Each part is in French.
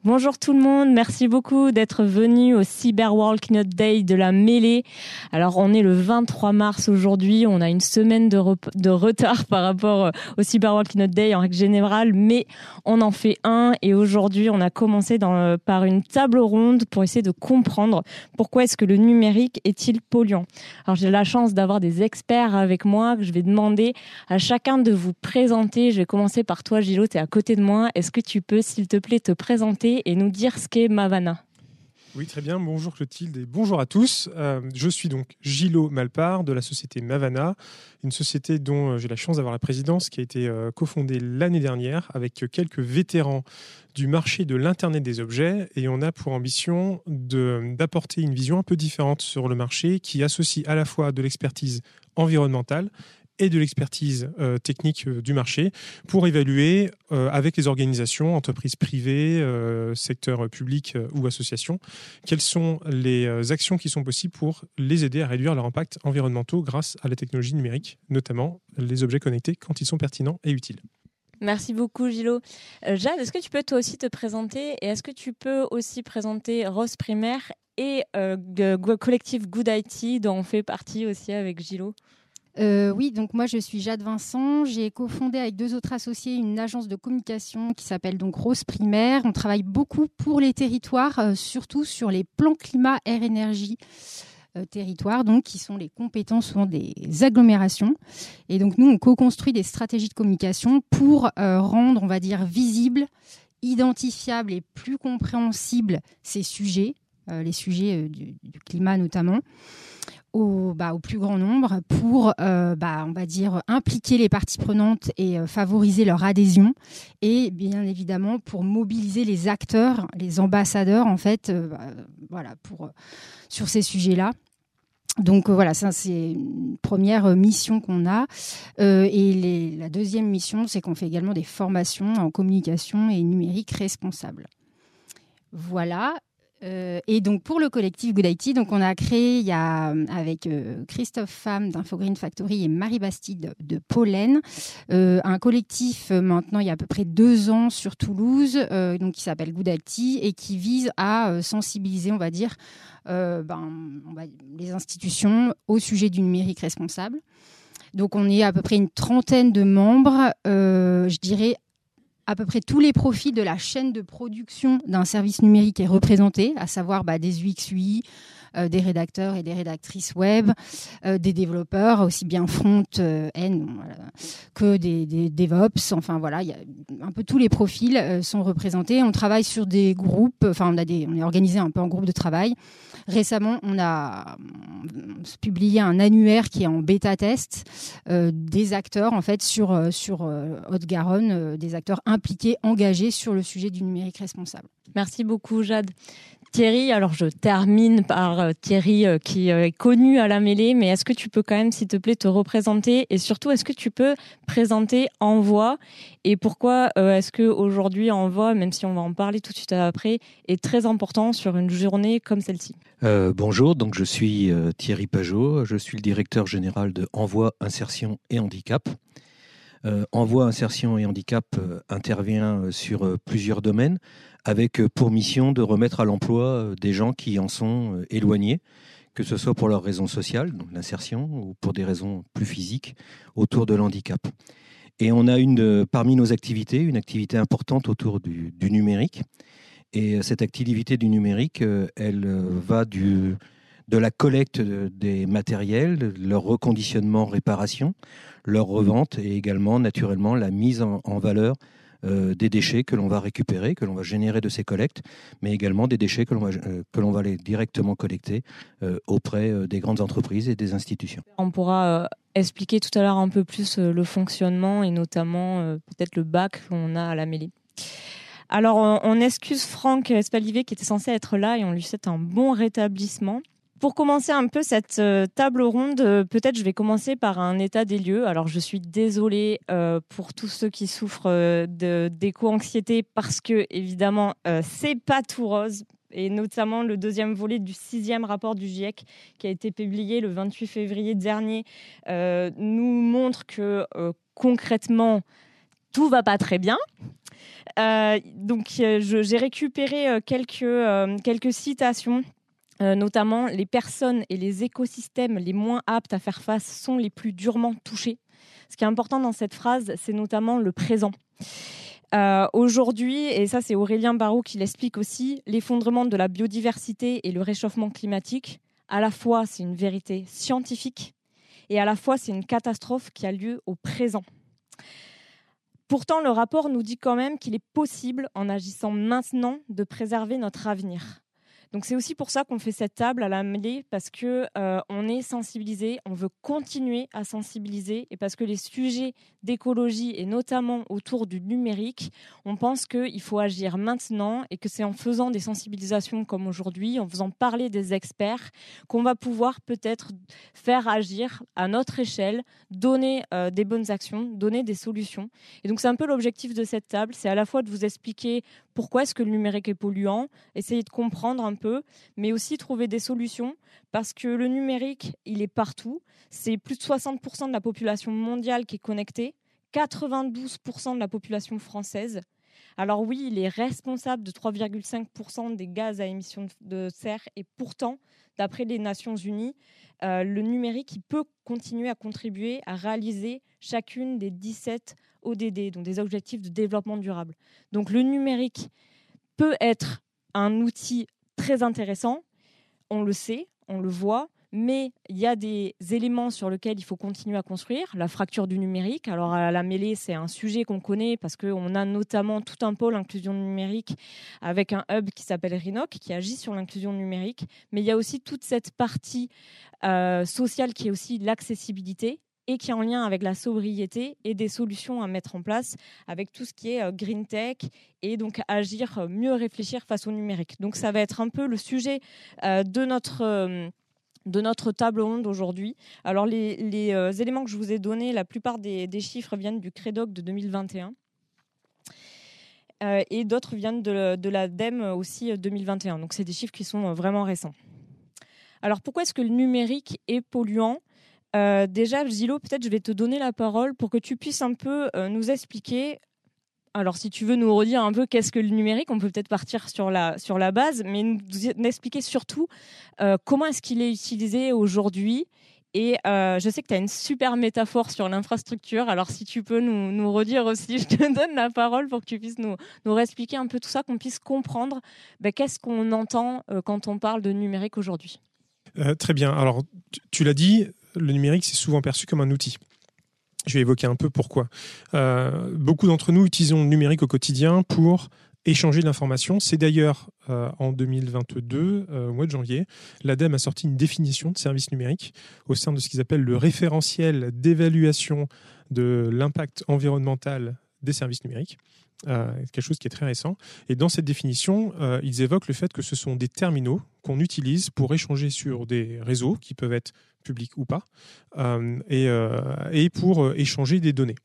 Bonjour tout le monde, merci beaucoup d'être venu au Cyber World Keynote Day de la Mêlée. Alors on est le 23 mars aujourd'hui, on a une semaine de retard par rapport au Cyber World Keynote Day en règle générale, mais on en fait un et aujourd'hui on a commencé par une table ronde pour essayer de comprendre pourquoi est-ce que le numérique est-il polluant. Alors j'ai la chance d'avoir des experts avec moi que je vais demander à chacun de vous présenter. Je vais commencer par toi Gilot, tu es à côté de moi. Est-ce que tu peux s'il te plaît te présenter et nous dire ce qu'est Mavana? Oui, très bien. Bonjour Clotilde et bonjour à tous. Je suis donc Gilot Malpart de la société Mavana, une société dont j'ai la chance d'avoir la présidence, qui a été cofondée l'année dernière avec quelques vétérans du marché de l'Internet des objets. Et on a pour ambition d'apporter une vision un peu différente sur le marché qui associe à la fois de l'expertise environnementale et de l'expertise technique du marché pour évaluer avec les organisations, entreprises privées, secteur public ou associations, quelles sont les actions qui sont possibles pour les aider à réduire leur impact environnementaux grâce à la technologie numérique, notamment les objets connectés quand ils sont pertinents et utiles. Merci beaucoup Gilot. Jade, est-ce que tu peux toi aussi te présenter et est-ce que tu peux aussi présenter Rose Primaire et collectif Good IT dont on fait partie aussi avec Gilot? Oui, donc moi je suis Jade Vincent. J'ai cofondé avec 2 autres associés une agence de communication qui s'appelle donc Rose Primaire. On travaille beaucoup pour les territoires, surtout sur les plans climat, air, énergie. Territoires, donc, qui sont les compétences souvent des agglomérations. Et donc, nous, on co-construit des stratégies de communication pour rendre, on va dire, visibles, identifiables et plus compréhensibles ces sujets, les sujets du climat notamment, au plus grand nombre pour, on va dire, impliquer les parties prenantes et favoriser leur adhésion et bien évidemment pour mobiliser les acteurs, les ambassadeurs en fait, sur ces sujets-là. Donc voilà, ça c'est une première mission qu'on a. La deuxième mission, c'est qu'on fait également des formations en communication et numérique responsable. Voilà. Et donc pour le collectif Good IT, donc on a créé avec Christophe Pham d'Infogreen Factory et Marie Bastide de Pollen un collectif maintenant il y a à peu près 2 ans sur Toulouse, donc qui s'appelle Good IT et qui vise à sensibiliser, on va dire, les institutions au sujet du numérique responsable. Donc on est à peu près une 30aine de membres, je dirais. À peu près tous les profils de la chaîne de production d'un service numérique est représenté, à savoir des UX UI, des rédacteurs et des rédactrices web, des développeurs, aussi bien front, que des DevOps. Enfin voilà, il y a un peu tous les profils sont représentés. On travaille sur des groupes, on est organisé un peu en groupe de travail. Récemment, on a publié un annuaire qui est en bêta test des acteurs en fait sur Haute-Garonne, des acteurs impliqués, engagés sur le sujet du numérique responsable. Merci beaucoup Jade. Thierry, alors je termine par Thierry qui est connu à la Mêlée, mais est-ce que tu peux quand même, s'il te plaît, te représenter et surtout, est-ce que tu peux présenter Envoie et pourquoi est-ce qu'aujourd'hui Envoie, même si on va en parler tout de suite après, est très important sur une journée comme celle-ci? Bonjour, donc je suis Thierry Pajot, je suis le directeur général de Envoie Insertion et Handicap. Envoie Insertion et Handicap intervient sur plusieurs domaines avec pour mission de remettre à l'emploi des gens qui en sont éloignés, que ce soit pour leurs raisons sociales, donc l'insertion, ou pour des raisons plus physiques autour de l'handicap. Et on a parmi nos activités, une activité importante autour du numérique. Et cette activité du numérique, elle va de la collecte des matériels, de leur reconditionnement, réparation, leur revente et également, naturellement, la mise en valeur des déchets que l'on va récupérer, que l'on va générer de ces collectes, mais également des déchets que l'on va aller directement collecter auprès des grandes entreprises et des institutions. On pourra expliquer tout à l'heure un peu plus le fonctionnement et notamment peut-être le bac qu'on a à la Mêlée. Alors, on excuse Franck Espalivé qui était censé être là et on lui souhaite un bon rétablissement. Pour commencer un peu cette table ronde, peut-être je vais commencer par un état des lieux. Alors je suis désolée pour tous ceux qui souffrent d'éco-anxiété parce que évidemment c'est pas tout rose. Et notamment le 2e volet du 6e rapport du GIEC qui a été publié le 28 février dernier nous montre que concrètement tout va pas très bien. Donc, j'ai récupéré quelques citations. Notamment, les personnes et les écosystèmes les moins aptes à faire face sont les plus durement touchés. Ce qui est important dans cette phrase, c'est notamment le présent. Aujourd'hui, et ça c'est Aurélien Barraud qui l'explique aussi, l'effondrement de la biodiversité et le réchauffement climatique, à la fois c'est une vérité scientifique et à la fois c'est une catastrophe qui a lieu au présent. Pourtant, le rapport nous dit quand même qu'il est possible, en agissant maintenant, de préserver notre avenir. Donc c'est aussi pour ça qu'on fait cette table à la mêlée, parce qu'on est sensibilisé, on veut continuer à sensibiliser, et parce que les sujets d'écologie, et notamment autour du numérique, on pense qu'il faut agir maintenant, et que c'est en faisant des sensibilisations comme aujourd'hui, en faisant parler des experts, qu'on va pouvoir peut-être faire agir à notre échelle, donner des bonnes actions, donner des solutions. Et donc c'est un peu l'objectif de cette table, c'est à la fois de vous expliquer pourquoi est-ce que le numérique est polluant, essayer de comprendre un peu, mais aussi trouver des solutions, parce que le numérique, il est partout. C'est plus de 60% de la population mondiale qui est connectée, 92% de la population française. Alors oui, il est responsable de 3,5% des gaz à émissions de serre, et pourtant, d'après les Nations Unies, le numérique il peut continuer à contribuer à réaliser chacune des 17 ODD, donc des objectifs de développement durable. Donc le numérique peut être un outil très intéressant, on le sait, on le voit, mais il y a des éléments sur lesquels il faut continuer à construire. La fracture du numérique, alors à la mêlée, c'est un sujet qu'on connaît parce qu'on a notamment tout un pôle inclusion numérique avec un hub qui s'appelle RINOC, qui agit sur l'inclusion numérique, mais il y a aussi toute cette partie sociale qui est aussi l'accessibilité, et qui est en lien avec la sobriété et des solutions à mettre en place avec tout ce qui est green tech et donc agir, mieux réfléchir face au numérique. Donc ça va être un peu le sujet de notre table ronde aujourd'hui. Alors les éléments que je vous ai donnés, la plupart des chiffres viennent du CREDOC de 2021. Et d'autres viennent de l'ADEME aussi 2021. Donc c'est des chiffres qui sont vraiment récents. Alors pourquoi est-ce que le numérique est polluant ? Déjà, Gilo, peut-être je vais te donner la parole pour que tu puisses un peu nous expliquer. Alors, si tu veux nous redire un peu qu'est-ce que le numérique, on peut peut-être partir sur la base, mais nous expliquer surtout comment est-ce qu'il est utilisé aujourd'hui. Et je sais que tu as une super métaphore sur l'infrastructure. Alors, si tu peux nous redire aussi, je te donne la parole pour que tu puisses nous réexpliquer un peu tout ça, qu'on puisse comprendre qu'est-ce qu'on entend quand on parle de numérique aujourd'hui. Très bien. Alors, tu l'as dit, le numérique, c'est souvent perçu comme un outil. Je vais évoquer un peu pourquoi. Beaucoup d'entre nous utilisons le numérique au quotidien pour échanger de l'information. C'est d'ailleurs en 2022, au mois de janvier, l'ADEME a sorti une définition de service numérique au sein de ce qu'ils appellent le référentiel d'évaluation de l'impact environnemental des services numériques. Quelque chose qui est très récent. Et dans cette définition, ils évoquent le fait que ce sont des terminaux qu'on utilise pour échanger sur des réseaux qui peuvent être publics ou pas, et pour échanger des données.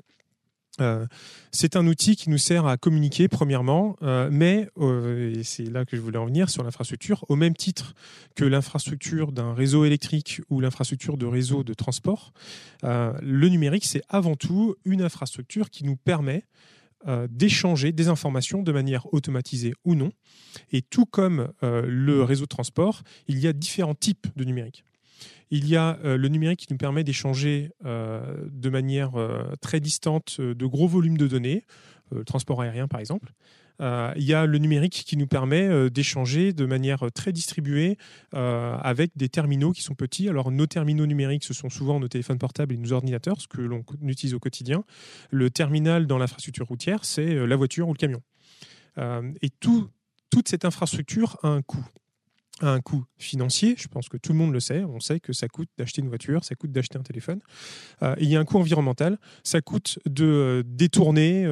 C'est un outil qui nous sert à communiquer premièrement, mais, et c'est là que je voulais en venir, sur l'infrastructure, au même titre que l'infrastructure d'un réseau électrique ou l'infrastructure de réseau de transport, le numérique, c'est avant tout une infrastructure qui nous permet d'échanger des informations de manière automatisée ou non. Et tout comme le réseau de transport, il y a différents types de numérique. Il y a le numérique qui nous permet d'échanger de manière très distante de gros volumes de données, le transport aérien par exemple. Il y a le numérique qui nous permet d'échanger de manière très distribuée avec des terminaux qui sont petits. Alors nos terminaux numériques, ce sont souvent nos téléphones portables et nos ordinateurs, ce que l'on utilise au quotidien. Le terminal dans l'infrastructure routière, c'est la voiture ou le camion. Et toute cette infrastructure a un coût. Un coût financier, je pense que tout le monde le sait, on sait que ça coûte d'acheter une voiture, ça coûte d'acheter un téléphone. Il y a un coût environnemental, ça coûte de détourner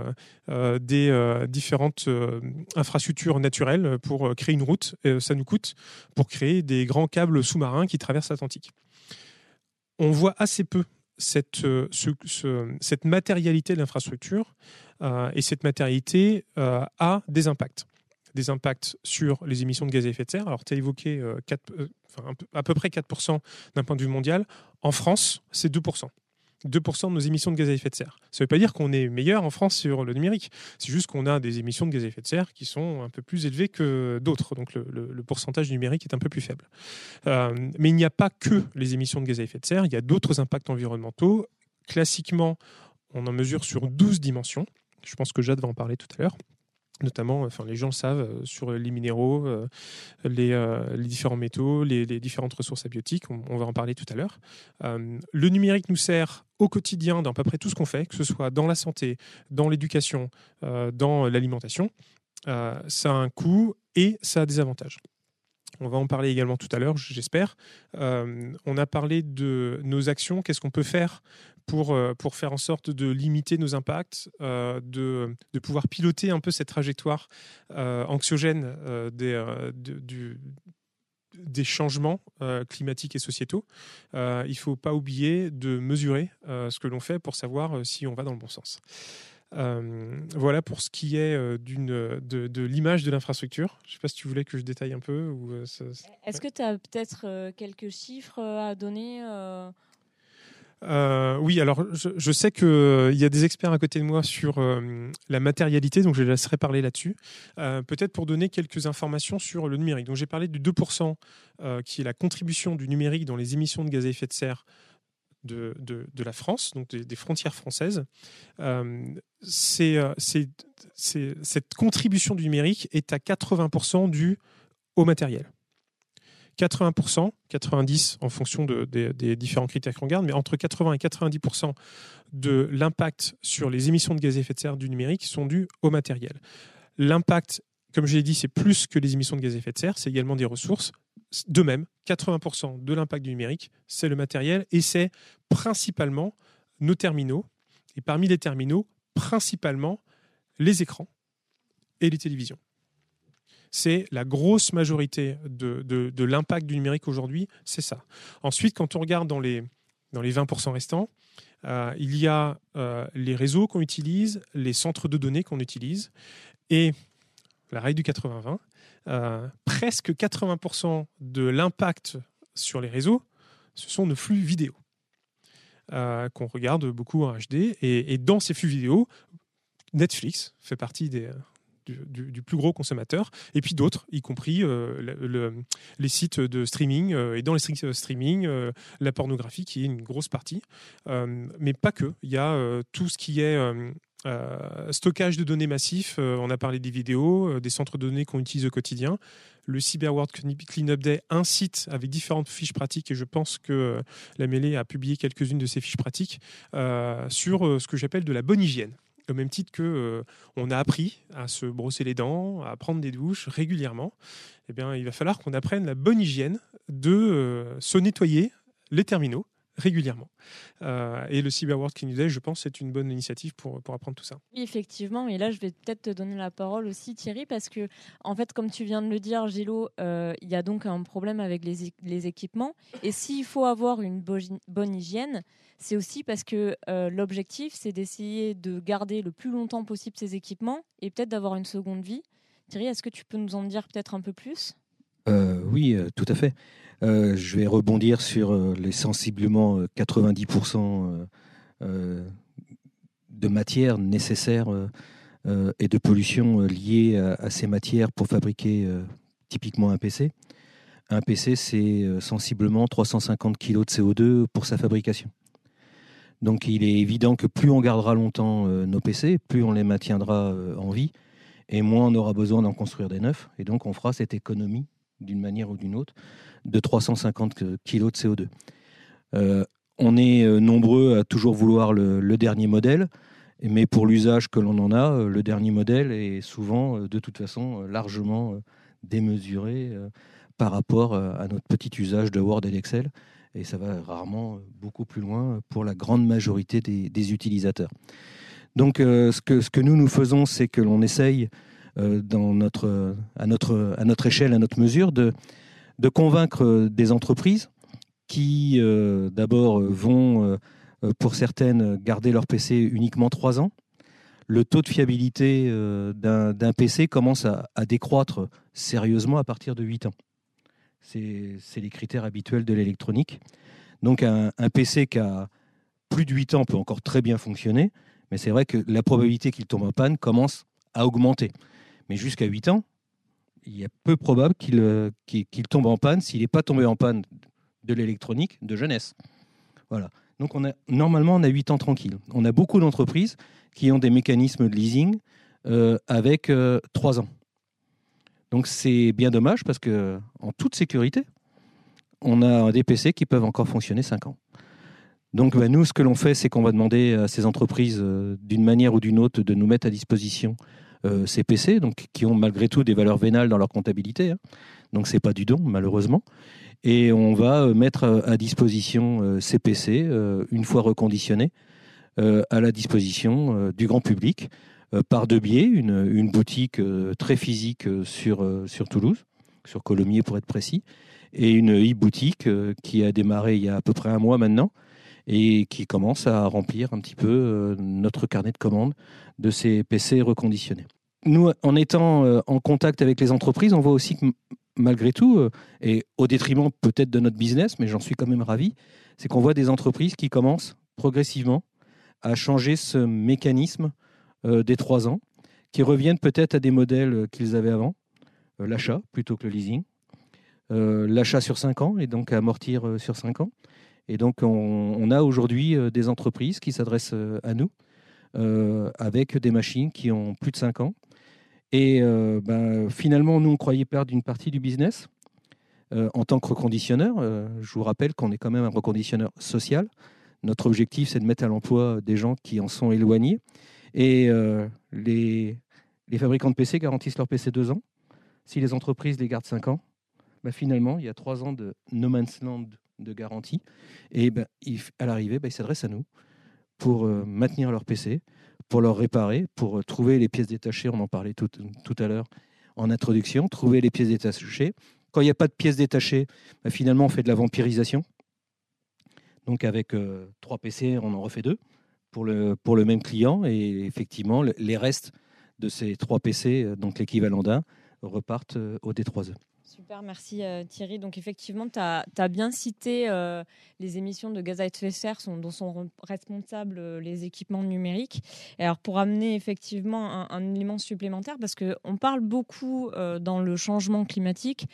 des différentes infrastructures naturelles pour créer une route, ça nous coûte pour créer des grands câbles sous-marins qui traversent l'Atlantique. On voit assez peu cette matérialité de l'infrastructure, et cette matérialité a des impacts. Des impacts sur les émissions de gaz à effet de serre. Alors, tu as évoqué à peu près 4% d'un point de vue mondial. En France, c'est 2%. 2% de nos émissions de gaz à effet de serre. Ça ne veut pas dire qu'on est meilleur en France sur le numérique. C'est juste qu'on a des émissions de gaz à effet de serre qui sont un peu plus élevées que d'autres. Donc le pourcentage du numérique est un peu plus faible. Mais il n'y a pas que les émissions de gaz à effet de serre. Il y a d'autres impacts environnementaux. Classiquement, on en mesure sur 12 dimensions. Je pense que Jade va en parler tout à l'heure. Notamment, les gens le savent, sur les minéraux, les différents métaux, les différentes ressources abiotiques. On va en parler tout à l'heure. Le numérique nous sert au quotidien dans à peu près tout ce qu'on fait, que ce soit dans la santé, dans l'éducation, dans l'alimentation. Ça a un coût et ça a des avantages. On va en parler également tout à l'heure, j'espère. On a parlé de nos actions, qu'est-ce qu'on peut faire pour faire en sorte de limiter nos impacts, de pouvoir piloter un peu cette trajectoire anxiogène des changements climatiques et sociétaux. Il ne faut pas oublier de mesurer ce que l'on fait pour savoir si on va dans le bon sens. Voilà pour ce qui est de l'image de l'infrastructure. Je ne sais pas si tu voulais que je détaille un peu. Est-ce que tu as peut-être quelques chiffres à donner Oui, alors je sais qu'il y a des experts à côté de moi sur la matérialité, donc je les laisserai parler là-dessus. Peut-être pour donner quelques informations sur le numérique. Donc j'ai parlé du 2% qui est la contribution du numérique dans les émissions de gaz à effet de serre de la France, donc des frontières françaises. Cette contribution du numérique est à 80% due au matériel. 80%, 90% en fonction des différents critères qu'on regarde, mais entre 80 et 90% de l'impact sur les émissions de gaz à effet de serre du numérique sont dus au matériel. L'impact, comme je l'ai dit, c'est plus que les émissions de gaz à effet de serre, c'est également des ressources. De même, 80% de l'impact du numérique, c'est le matériel et c'est principalement nos terminaux. Et parmi les terminaux, principalement les écrans et les télévisions. C'est la grosse majorité de l'impact du numérique aujourd'hui, c'est ça. Ensuite, quand on regarde dans les 20% restants, il y a les réseaux qu'on utilise, les centres de données qu'on utilise et la règle du 80-20. Presque 80% de l'impact sur les réseaux, ce sont nos flux vidéo qu'on regarde beaucoup en HD. Et dans ces flux vidéo, Netflix fait partie du plus gros consommateur, et puis d'autres, y compris les sites de streaming, et dans les sites de streaming, la pornographie qui est une grosse partie, mais pas que. Il y a tout ce qui est stockage de données massif, on a parlé des vidéos, des centres de données qu'on utilise au quotidien. Le Cyber World Cleanup Day incite avec différentes fiches pratiques, et je pense que la Mêlée a publié quelques-unes de ces fiches pratiques sur ce que j'appelle de la bonne hygiène. Au même titre qu'on a appris à se brosser les dents, à prendre des douches régulièrement, eh bien, il va falloir qu'on apprenne la bonne hygiène de se nettoyer les terminaux régulièrement. Et le Cyber World Cleanup Day, je pense, c'est une bonne initiative pour apprendre tout ça. Oui, effectivement. Et là, je vais peut-être te donner la parole aussi, Thierry, parce que, en fait, comme tu viens de le dire, Gillo, il y a donc un problème avec les équipements. Et s'il faut avoir une bonne hygiène, c'est aussi parce que l'objectif, c'est d'essayer de garder le plus longtemps possible ces équipements et peut-être d'avoir une seconde vie. Thierry, est-ce que tu peux nous en dire peut-être un peu plus ? Oui, tout à fait. Je vais rebondir sur les sensiblement 90% de matières nécessaires et de pollution liées à ces matières pour fabriquer typiquement un PC. Un PC, c'est sensiblement 350 kg de CO2 pour sa fabrication. Donc il est évident que plus on gardera longtemps nos PC, plus on les maintiendra en vie, et moins on aura besoin d'en construire des neufs. Et donc on fera cette économie, d'une manière ou d'une autre, de 350 kg de CO2. On est nombreux à toujours vouloir le dernier modèle, mais pour l'usage que l'on en a, le dernier modèle est souvent, de toute façon, largement démesuré par rapport à notre petit usage de Word et d'Excel. Et ça va rarement beaucoup plus loin pour la grande majorité des utilisateurs. Donc ce que nous faisons, c'est que l'on essaye à notre échelle, à notre mesure, de convaincre des entreprises qui d'abord vont, pour certaines, garder leur PC uniquement 3 ans. Le taux de fiabilité d'un PC commence à décroître sérieusement à partir de 8 ans. C'est les critères habituels de l'électronique. Donc un PC qui a plus de 8 ans peut encore très bien fonctionner, mais c'est vrai que la probabilité qu'il tombe en panne commence à augmenter. Mais jusqu'à 8 ans, il est peu probable qu'il tombe en panne s'il n'est pas tombé en panne de l'électronique de jeunesse. Voilà. Donc normalement, on a 8 ans tranquille. On a beaucoup d'entreprises qui ont des mécanismes de leasing avec 3 ans. Donc c'est bien dommage parce qu'en toute sécurité, on a des PC qui peuvent encore fonctionner 5 ans. Donc nous, ce que l'on fait, c'est qu'on va demander à ces entreprises, d'une manière ou d'une autre, de nous mettre à disposition ces PC, donc, qui ont malgré tout des valeurs vénales dans leur comptabilité. Hein. Donc ce n'est pas du don, malheureusement. Et on va mettre à disposition ces PC, une fois reconditionnés, à la disposition du grand public, par deux biais, une boutique très physique sur Toulouse, sur Colomiers pour être précis, et une e-boutique qui a démarré il y a à peu près un mois maintenant, et qui commence à remplir un petit peu notre carnet de commandes de ces PC reconditionnés. Nous, en étant en contact avec les entreprises, on voit aussi que malgré tout, et au détriment peut-être de notre business, mais j'en suis quand même ravi, c'est qu'on voit des entreprises qui commencent progressivement à changer ce mécanisme des 3 ans, qui reviennent peut-être à des modèles qu'ils avaient avant, l'achat plutôt que le leasing, l'achat sur 5 ans et donc à amortir sur 5 ans. Et donc on a aujourd'hui des entreprises qui s'adressent à nous avec des machines qui ont plus de 5 ans. Et finalement, nous, on croyait perdre une partie du business en tant que reconditionneur. Je vous rappelle qu'on est quand même un reconditionneur social. Notre objectif, c'est de mettre à l'emploi des gens qui en sont éloignés. Et les fabricants de PC garantissent leur PC 2 ans. Si les entreprises les gardent 5 ans, finalement, il y a 3 ans de no man's land de garantie. Et à l'arrivée, ils s'adressent à nous pour maintenir leur PC, pour leur réparer, pour trouver les pièces détachées. On en parlait tout à l'heure en introduction. Trouver les pièces détachées. Quand il n'y a pas de pièces détachées, finalement, on fait de la vampirisation. Donc avec 3 PC, on en refait 2 pour le même client. Et effectivement, les restes de ces 3 PC, donc l'équivalent d'un, repartent au D3E. Super, merci Thierry. Donc effectivement, tu as bien cité les émissions de gaz à effet de serre dont sont responsables les équipements numériques. Et alors pour amener effectivement un élément supplémentaire, parce qu'on parle beaucoup dans le changement climatique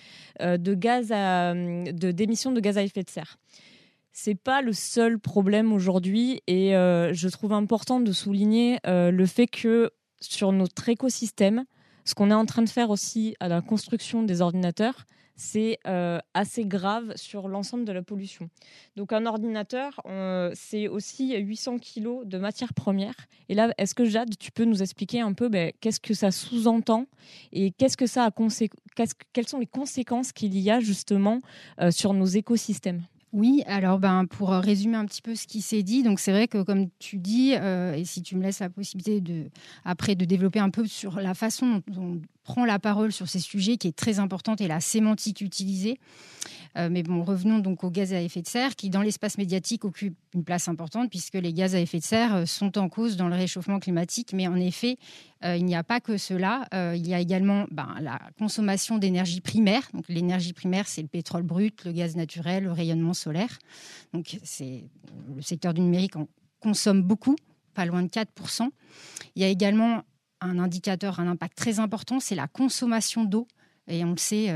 d'émissions de gaz à effet de serre. C'est pas le seul problème aujourd'hui et je trouve important de souligner le fait que sur notre écosystème, ce qu'on est en train de faire aussi à la construction des ordinateurs, c'est assez grave sur l'ensemble de la pollution. Donc un ordinateur, c'est aussi 800 kilos de matières premières. Et là, est-ce que Jade, tu peux nous expliquer un peu qu'est-ce que ça sous-entend et quelles sont les conséquences qu'il y a justement sur nos écosystèmes ? Oui, alors pour résumer un petit peu ce qui s'est dit, donc c'est vrai que comme tu dis, et si tu me laisses la possibilité de développer un peu sur la façon dont on prend la parole sur ces sujets qui est très importante et la sémantique utilisée. Mais bon, revenons donc aux gaz à effet de serre qui dans l'espace médiatique occupent une place importante puisque les gaz à effet de serre sont en cause dans le réchauffement climatique. Mais en effet, il n'y a pas que cela. Il y a également la consommation d'énergie primaire. Donc l'énergie primaire, c'est le pétrole brut, le gaz naturel, le rayonnement solaire. Donc le secteur du numérique en consomme beaucoup, pas loin de 4%. Il y a également un indicateur, un impact très important, c'est la consommation d'eau. Et on le sait,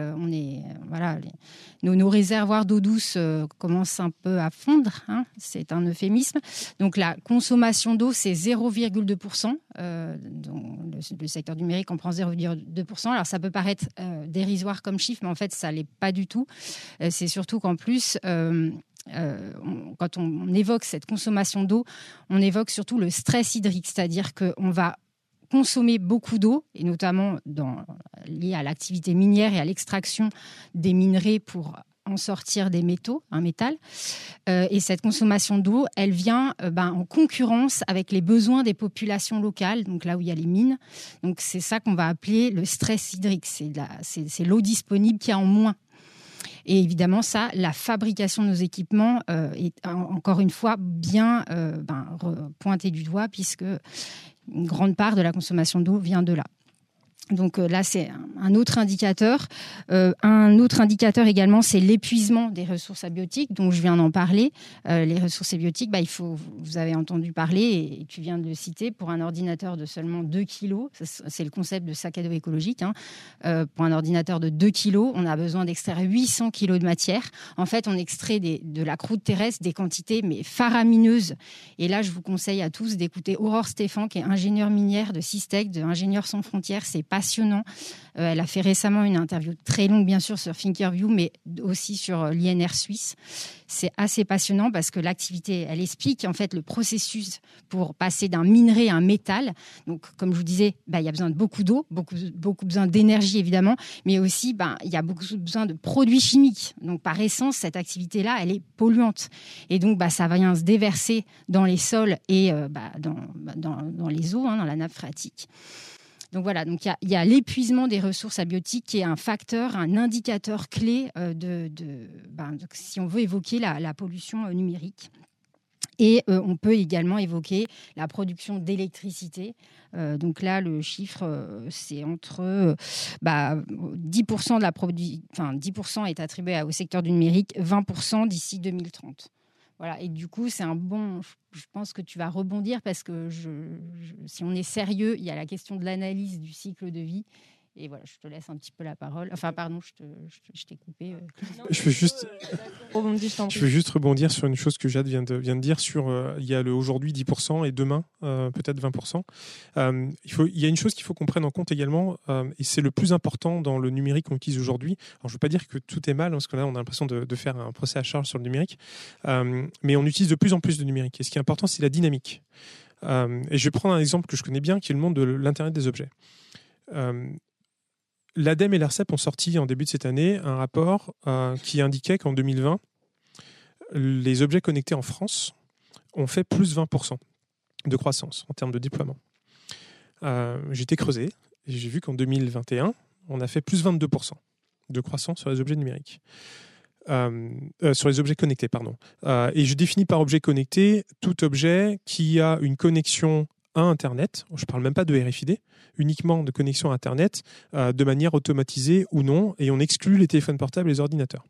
nos réservoirs d'eau douce commencent un peu à fondre. Hein, c'est un euphémisme. Donc la consommation d'eau, c'est 0,2%. Le secteur du numérique en prend 0,2%. Alors ça peut paraître dérisoire comme chiffre, mais en fait, ça ne l'est pas du tout. C'est surtout qu'en plus... quand on évoque cette consommation d'eau, on évoque surtout le stress hydrique, c'est-à-dire qu'on va consommer beaucoup d'eau, et notamment lié à l'activité minière et à l'extraction des minerais pour en sortir des métaux, un métal. Et cette consommation d'eau, elle vient en concurrence avec les besoins des populations locales, donc là où il y a les mines. Donc c'est ça qu'on va appeler le stress hydrique. C'est l'eau disponible qui a en moins. Et évidemment, la fabrication de nos équipements est encore une fois bien pointée du doigt puisque une grande part de la consommation d'eau vient de là. Donc là, c'est un autre indicateur. Un autre indicateur également, c'est l'épuisement des ressources abiotiques, dont je viens d'en parler. Les ressources abiotiques, vous avez entendu parler, et tu viens de le citer, pour un ordinateur de seulement 2 kg, c'est le concept de sac à dos écologique, pour un ordinateur de 2 kg, on a besoin d'extraire 800 kg de matière. En fait, on extrait de la croûte terrestre des quantités mais faramineuses. Et là, je vous conseille à tous d'écouter Aurore Stéphan, qui est ingénieure minière de Systec, de Ingénieurs sans frontières. C'est passionnant. Elle a fait récemment une interview très longue, bien sûr, sur Thinkerview, mais aussi sur l'INR suisse. C'est assez passionnant parce que l'activité, elle explique en fait le processus pour passer d'un minerai à un métal. Donc, comme je vous disais, il y a besoin de beaucoup d'eau, beaucoup besoin d'énergie évidemment, mais aussi il y a beaucoup besoin de produits chimiques. Donc, par essence, cette activité-là, elle est polluante. Et donc, ça vient se déverser dans les sols et dans les eaux, dans la nappe phréatique. Donc voilà, donc il y a l'épuisement des ressources abiotiques qui est un facteur, un indicateur clé si on veut évoquer la pollution numérique. Et on peut également évoquer la production d'électricité. Donc là, le chiffre, c'est entre 10% de la 10% est attribué au secteur du numérique, 20% d'ici 2030. Voilà, et du coup, c'est je pense que tu vas rebondir parce que si on est sérieux, il y a la question de l'analyse du cycle de vie. Et voilà, je te laisse un petit peu la parole. Enfin, pardon, je t'ai coupé. Je veux juste rebondir sur une chose que Jade vient de dire sur il y a le aujourd'hui 10% et demain peut-être 20%. Il y a une chose qu'il faut qu'on prenne en compte également, et c'est le plus important dans le numérique qu'on utilise aujourd'hui. Alors, je ne veux pas dire que tout est mal, parce que là, on a l'impression de faire un procès à charge sur le numérique, mais on utilise de plus en plus de numérique. Et ce qui est important, c'est la dynamique. Et je vais prendre un exemple que je connais bien, qui est le monde de l'Internet des objets. L'ADEME et l'ARCEP ont sorti en début de cette année un rapport qui indiquait qu'en 2020, les objets connectés en France ont fait plus 20% de croissance en termes de déploiement. J'ai été creusé et j'ai vu qu'en 2021, on a fait plus 22% de croissance sur les objets numériques. Sur les objets connectés, pardon. Et je définis par objet connecté tout objet qui a une connexion à Internet, je ne parle même pas de RFID, uniquement de connexion à Internet, de manière automatisée ou non, et on exclut les téléphones portables et les ordinateurs.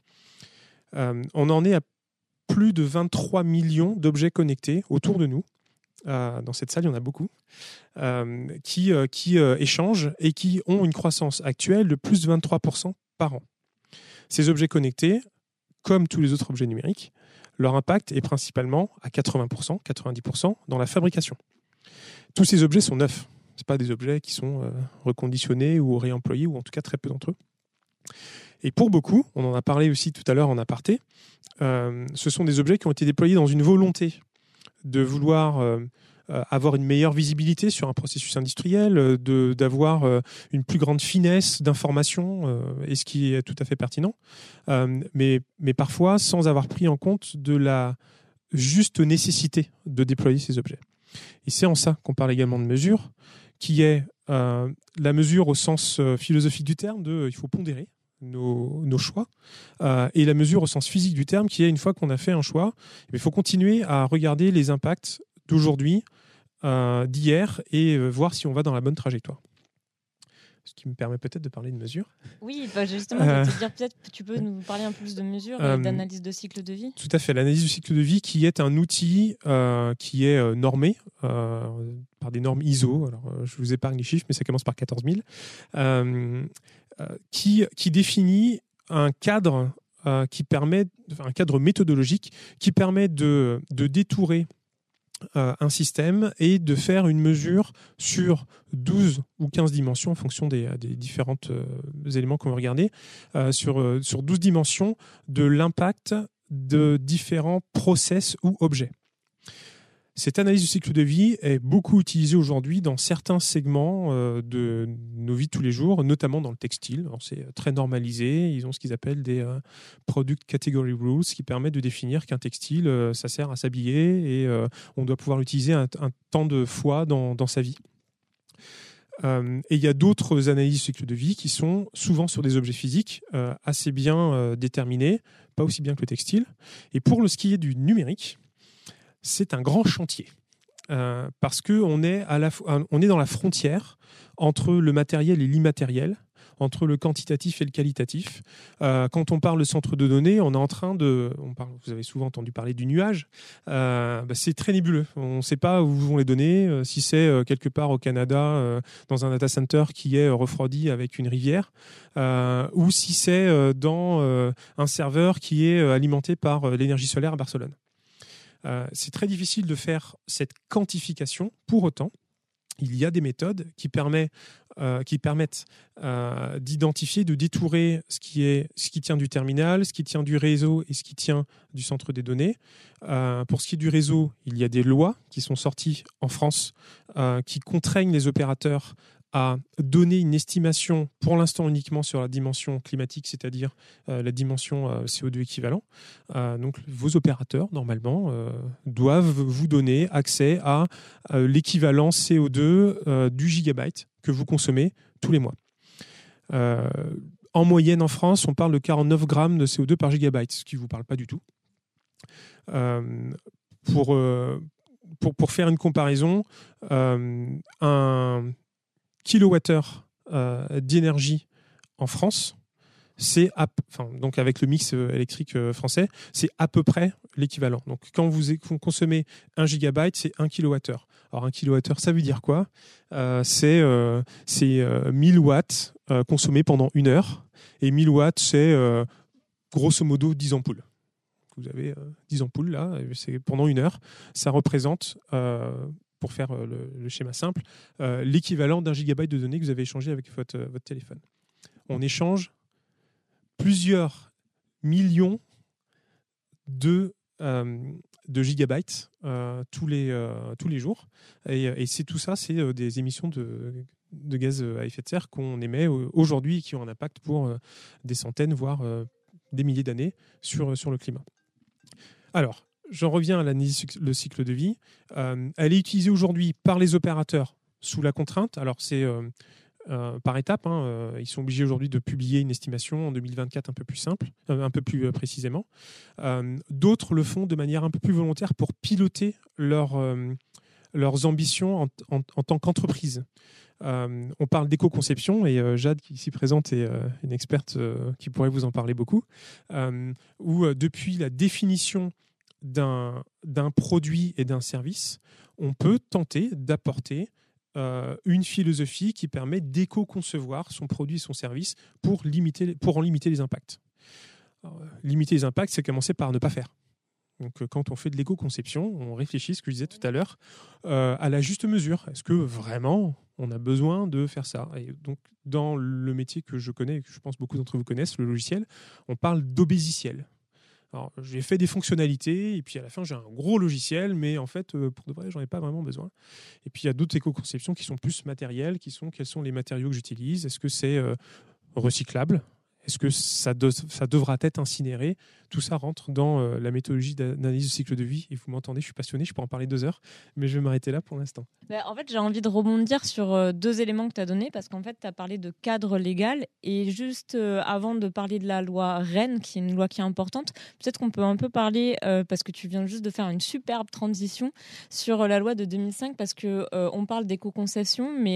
On en est à plus de 23 millions d'objets connectés autour de nous. Dans cette salle, il y en a beaucoup, qui échangent et qui ont une croissance actuelle de plus de 23% par an. Ces objets connectés, comme tous les autres objets numériques, leur impact est principalement à 80%, 90% dans la fabrication. Tous ces objets sont neufs. Ce pas des objets qui sont reconditionnés ou réemployés, ou en tout cas très peu d'entre eux. Et pour beaucoup, on en a parlé aussi tout à l'heure en aparté, ce sont des objets qui ont été déployés dans une volonté de vouloir avoir une meilleure visibilité sur un processus industriel, d'avoir une plus grande finesse d'information, et ce qui est tout à fait pertinent, mais parfois sans avoir pris en compte de la juste nécessité de déployer ces objets. Et c'est en ça qu'on parle également de mesure, qui est la mesure au sens philosophique du terme, il faut pondérer nos choix, et la mesure au sens physique du terme, qui est une fois qu'on a fait un choix, il faut continuer à regarder les impacts d'aujourd'hui, d'hier, et voir si on va dans la bonne trajectoire. Ce qui me permet peut-être de parler de mesure. Oui, justement, je vais te dire, peut-être tu peux nous parler un peu plus de mesure et d'analyse de cycle de vie. Tout à fait, l'analyse du cycle de vie qui est un outil qui est normé par des normes ISO. Alors, je vous épargne les chiffres, mais ça commence par 14 000, qui définit un cadre un cadre méthodologique qui permet de détourer un système et de faire une mesure sur 12 ou 15 dimensions en fonction des différents éléments qu'on va regarder, sur 12 dimensions de l'impact de différents process ou objets. Cette analyse du cycle de vie est beaucoup utilisée aujourd'hui dans certains segments de nos vies de tous les jours, notamment dans le textile. Alors, c'est très normalisé. Ils ont ce qu'ils appellent des Product Category Rules qui permettent de définir qu'un textile, ça sert à s'habiller et on doit pouvoir l'utiliser un temps de fois dans sa vie. Et il y a d'autres analyses du cycle de vie qui sont souvent sur des objets physiques assez bien déterminés, pas aussi bien que le textile. Et pour ce qui est du numérique, c'est un grand chantier parce qu'on est, on est dans la frontière entre le matériel et l'immatériel, entre le quantitatif et le qualitatif. Quand on parle de centre de données, on est en train vous avez souvent entendu parler du nuage, c'est très nébuleux. On ne sait pas où vont les données, si c'est quelque part au Canada, dans un data center qui est refroidi avec une rivière, ou si c'est dans un serveur qui est alimenté par l'énergie solaire à Barcelone. C'est très difficile de faire cette quantification. Pour autant, il y a des méthodes qui permettent d'identifier, de détourer ce qui tient du terminal, ce qui tient du réseau et ce qui tient du centre des données. Pour ce qui est du réseau, il y a des lois qui sont sorties en France qui contraignent les opérateurs à donner une estimation, pour l'instant uniquement sur la dimension climatique, c'est-à-dire la dimension CO2 équivalent. Donc vos opérateurs, normalement, doivent vous donner accès à l'équivalent CO2 du gigabyte que vous consommez tous les mois. En moyenne, en France, on parle de 49 grammes de CO2 par gigabyte, ce qui ne vous parle pas du tout. Pour faire une comparaison, un kilowattheure d'énergie en France, donc avec le mix électrique français, c'est à peu près l'équivalent. Donc quand vous consommez 1 gigabyte, c'est 1 kilowattheure. Alors 1 kilowattheure, ça veut dire quoi ? C'est 1000 watts consommés pendant 1 heure. Et 1000 watts, c'est grosso modo 10 ampoules. Vous avez 10 ampoules là, c'est pendant 1 heure. Ça représente... pour faire le schéma simple, l'équivalent d'1 gigabyte de données que vous avez échangé avec votre téléphone. On échange plusieurs millions de gigabytes tous les jours. Et c'est tout ça, c'est des émissions de gaz à effet de serre qu'on émet aujourd'hui et qui ont un impact pour des centaines, voire des milliers d'années sur le climat. Alors, j'en reviens à l'analyse de cycle de vie. Elle est utilisée aujourd'hui par les opérateurs sous la contrainte. Alors, c'est par étapes. Ils sont obligés aujourd'hui de publier une estimation en 2024 un peu plus simple, un peu plus précisément. D'autres le font de manière un peu plus volontaire pour piloter leurs ambitions en tant qu'entreprise. On parle d'éco-conception et Jade, qui est ici présente, est une experte qui pourrait vous en parler beaucoup, où depuis la définition d'un produit et d'un service, on peut tenter d'apporter une philosophie qui permet d'éco-concevoir son produit et son service pour en limiter les impacts. Alors, limiter les impacts, c'est commencer par ne pas faire. Donc, quand on fait de l'éco-conception, on réfléchit, ce que je disais tout à l'heure, à la juste mesure. Est-ce que vraiment on a besoin de faire ça ? Et donc, dans le métier que je connais, et que je pense beaucoup d'entre vous connaissent, le logiciel, on parle d'obésiciel. Alors, j'ai fait des fonctionnalités et puis à la fin, j'ai un gros logiciel, mais en fait, pour de vrai, j'en ai pas vraiment besoin. Et puis, il y a d'autres éco-conceptions qui sont plus matérielles, quels sont les matériaux que j'utilise ? Est-ce que c'est recyclable ? Est-ce que ça devra être incinéré ? Tout ça rentre dans la méthodologie d'analyse du cycle de vie. Et vous m'entendez, je suis passionné, je peux en parler 2 heures, mais je vais m'arrêter là pour l'instant. En fait, j'ai envie de rebondir sur 2 éléments que tu as donnés, parce qu'en fait, tu as parlé de cadre légal. Et juste avant de parler de la loi Rennes, qui est une loi qui est importante, peut-être qu'on peut un peu parler, parce que tu viens juste de faire une superbe transition sur la loi de 2005, parce qu'on parle d'éco-concession, mais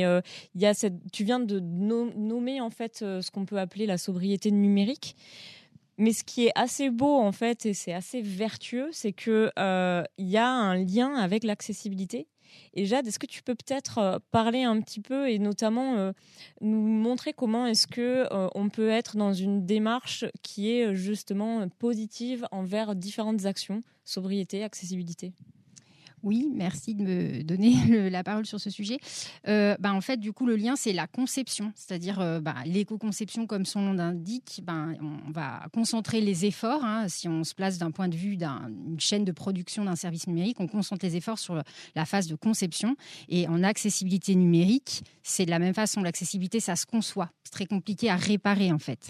tu viens de nommer en fait, ce qu'on peut appeler la sobriété numérique. Mais ce qui est assez beau, en fait, et c'est assez vertueux, c'est qu'il y a un lien avec l'accessibilité. Et Jade, est-ce que tu peux peut-être parler un petit peu et notamment nous montrer comment est-ce qu'on peut être dans une démarche qui est justement positive envers différentes actions, sobriété, accessibilité ? Oui, merci de me donner la parole sur ce sujet. En fait, du coup, le lien, c'est la conception, c'est-à-dire l'éco-conception, comme son nom l'indique. On va concentrer les efforts. Si on se place d'un point de vue d'une chaîne de production d'un service numérique, on concentre les efforts sur la phase de conception. Et en accessibilité numérique, c'est de la même façon. L'accessibilité, ça se conçoit. C'est très compliqué à réparer, en fait.